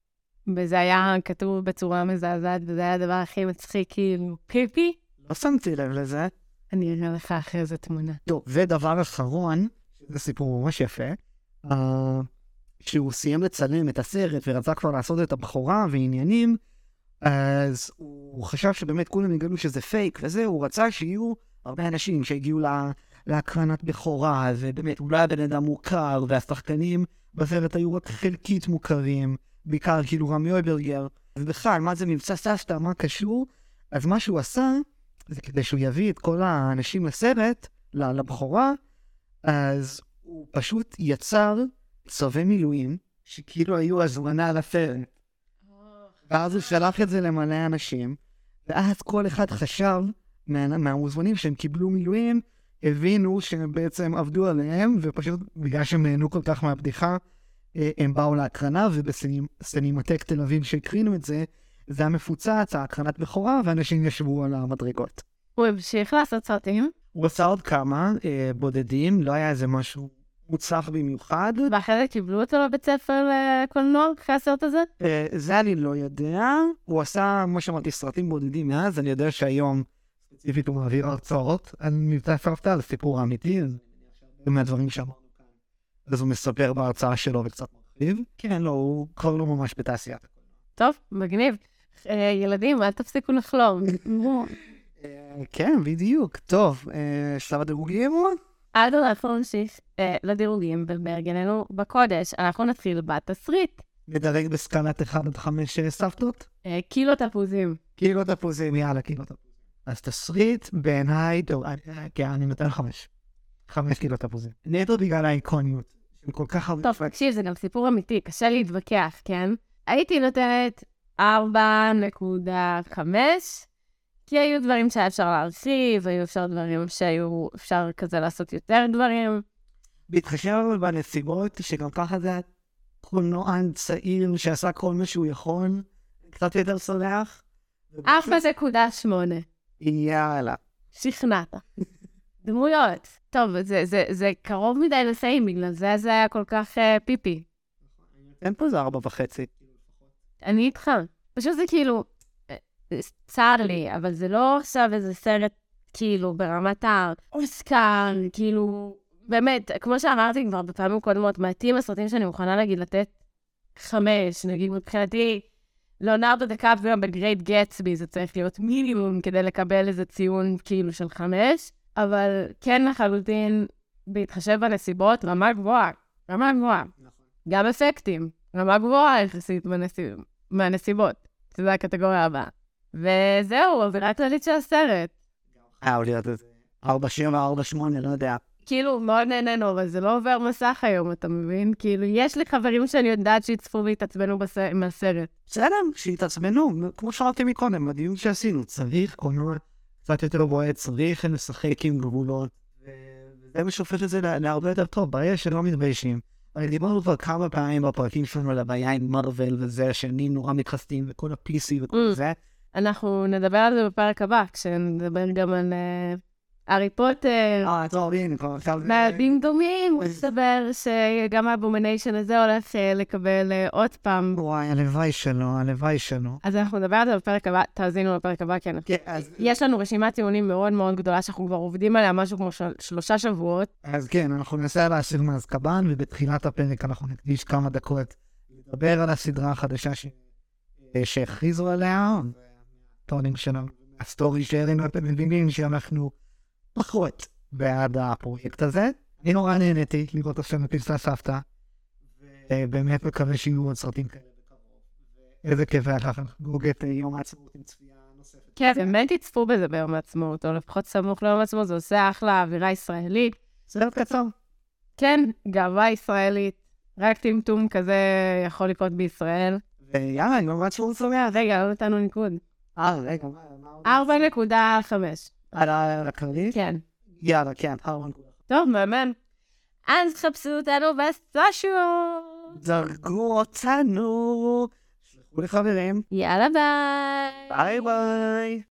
וזה היה כתוב בצורה מזעזעת, וזה היה הדבר הכי מצחיק, כאילו, פיפי. לא שמתי לב לזה. אני אראה לך אחרי זה תמונה. טוב, ודבר אחרון, זה סיפור ממש יפה, uh, שהוא סיים לצלם את הסרט ורצה כבר לעשות את הבכורה ועניינים, אז הוא חשב שבאמת כולם יגלו שזה פייק, וזה, הוא רצה שיהיו הרבה אנשים שהגיעו לה, להקרנת בכורה, ובאמת אולי הבן אדם מוכר, והשחקנים בסרט היו רק חלקית מוכרים, בעיקר כאילו רמי אויברגר, ובכלל, מה זה מבצע סבתא, מה קשור? אז מה שהוא עשה, זה כדי שהוא יביא את כל האנשים לסרט, לבכורה, אז הוא פשוט יצר צווי מילואים, שכאילו היו הזמנה לסרט. ואז הוא שלח את זה למלא אנשים, ואז כל אחד חשב, מה, מהמוזמנים שהם קיבלו מילואים, הבינו שהם בעצם עבדו עליהם, ופשוט בגלל שהם נהנו כל כך מהבדיחה, הם באו להקרנה, ובסנימטק תל אביב שהקרינו את זה, זה היה מפוצץ, ההקרנת בכורה, ואנשים ישבו על המדרגות. הוא המשיך לעשות סרטים? הוא עשה עוד כמה אה, בודדים, לא היה איזה משהו מוצלח במיוחד. ואחרי זה קיבלו אותו לבית ספר לקולנוע, אחרי הסרט הזה? אה, זה אני לא יודע. הוא עשה, כמו שאמרתי, סרטים בודדים מאז, אני יודע שהיום, ספציפית הוא מעביר הרצאות, על מבצע סבתא, על הסיפור האמיתי, אז מהדברים שאמרנו כאן. אז הוא מספר בהרצאה שלו וקצת מרחיב. כן, לא, הוא כבר לא ממש בתעשיית הקולנוע. טוב, מגניב. אה, ילדים, אל תפסיקו לחלום. אה, כן, בדיוק. טוב, אה, שלב הדירוגים? עד אנחנו נמשיך אה, לדירוגים ובהרגלנו בקודש. אנחנו נתחיל בתסריט. נדרג בסקלת אחת עד חמש סבתות? אה, קילו תפוזים. קילו תפוזים, יאללה, קילו תפוזים. אז תסריט בעיניי, טוב, אה, כן, אני נותן חמש. חמש קילו תפוזים. נטו בגלל האיקוניות. של כל כך הרבה... טוב, תקשיב, זה גם סיפור אמיתי, קשה להתווכח, כן? הייתי נותנת ארבע נקודה חמש, כי היו דברים שהיה אפשר להרחיב, היו אפשר דברים שהיו אפשר כזה לעשות יותר דברים. בהתחשב אבל בנסיבות, שגם ככה זה קולנוען צעיר שעשה כל מה שהוא יכול, קצת יותר סולח. ארבע נקודה שמונה. יאללה. שכנעת. דמויות. טוב, זה, זה, זה קרוב מדי לסיים, בגלל זה זה היה כל כך uh, פיפי. אין פה זה ארבע וחצי. אני איתך. פשוט זה כאילו, צר לי, אבל זה לא עכשיו איזה סרט, כאילו, ברמת האוסקר, כאילו, באמת, כמו שאמרתי כבר בפעמים קודמות, מעטים הסרטים שאני מוכנה להגיד לתת חמש, נגיד מבחינתי, ליאונרדו דיקפריו בגרייט גטסבי, זה צריך להיות מינימום כדי לקבל איזה ציון כאילו של חמש, אבל כן לחלוטין, בהתחשב בנסיבות, רמה גבוהה, רמה גבוהה. גם אפקטים, רמה גבוהה יחסית בנסיב... מהנסיבות, שזו הקטגוריה הבאה. וזהו, אווירה כללית של הסרט. אה, להיות איזה ארבע שבע, ארבע שמונה, לא יודע. כאילו, מאוד נהנינו, אבל זה לא עובר מסך היום, אתה מבין? כאילו, יש לי חברים שאני יודעת שיצפו והתעצבנו בס... עם הסרט. בסדר, שיתעצבנו, כמו שאמרתי מקודם, בדיון שעשינו, צריך קולנוע קצת יותר בועט, צריך לשחק עם גבולות, וזה משופט את זה לה... להרבה יותר טוב, ברגע שלא מתביישים. אבל דיברנו כבר כמה פעמים בפרקים שלנו על הבעיה עם מרוול וזה, שאני נורא מתחסדים וכל ה-פי סי וכל זה. אנחנו נדבר על זה בפרק הבא, כשנדבר גם על הארי פוטר. אה, טוב, הנה, כבר עכשיו... מעדים דומים, מסתבר שגם האבומניישן הזה הולך לקבל עוד פעם. וואי, הלוואי שלו, הלוואי שלו. אז אנחנו נדבר על זה בפרק הבא, תאזינו לפרק הבא, כן. יש לנו רשימת טיעונים מאוד מאוד גדולה, שאנחנו כבר עובדים עליה משהו כמו שלושה שבועות. אז כן, אנחנו ננסה להשאיר מאזקבאן, ובתחילת הפרק אנחנו נקדיש כמה דקות לדבר על הסדרה החדשה שהכריזו עליה, טונים שלנו, הסטורי שאירים, אתם מבינים שאנחנו פחות בעד הפרויקט הזה. אני נורא נהניתי לראות עכשיו מפלסה סבתא, ובאמת מקווה שיהיו עוד סרטים כאלה בקרוב. איזה כיף היה ככה לחגוג את יום העצמאות עם צפייה נוספת. כן, באמת יצפו בזה ביום העצמאות, או לפחות סמוך ליום העצמאות, זה עושה אחלה אווירה ישראלית. סרט קצר. כן, גאווה ישראלית. רק טמטום כזה יכול לקרות בישראל. ויאללה, יום העצמאות שמח. רגע, לא נתנו ניקוד. אה, רגע, מה? ארבע נקודה חמש. על הכללי? כן. יאללה, כן, ארבע נקודה. טוב, מאמן. אז חפשו אותנו בסושיאל. דרגו אותנו. שלחו לחברים. יאללה ביי. ביי ביי.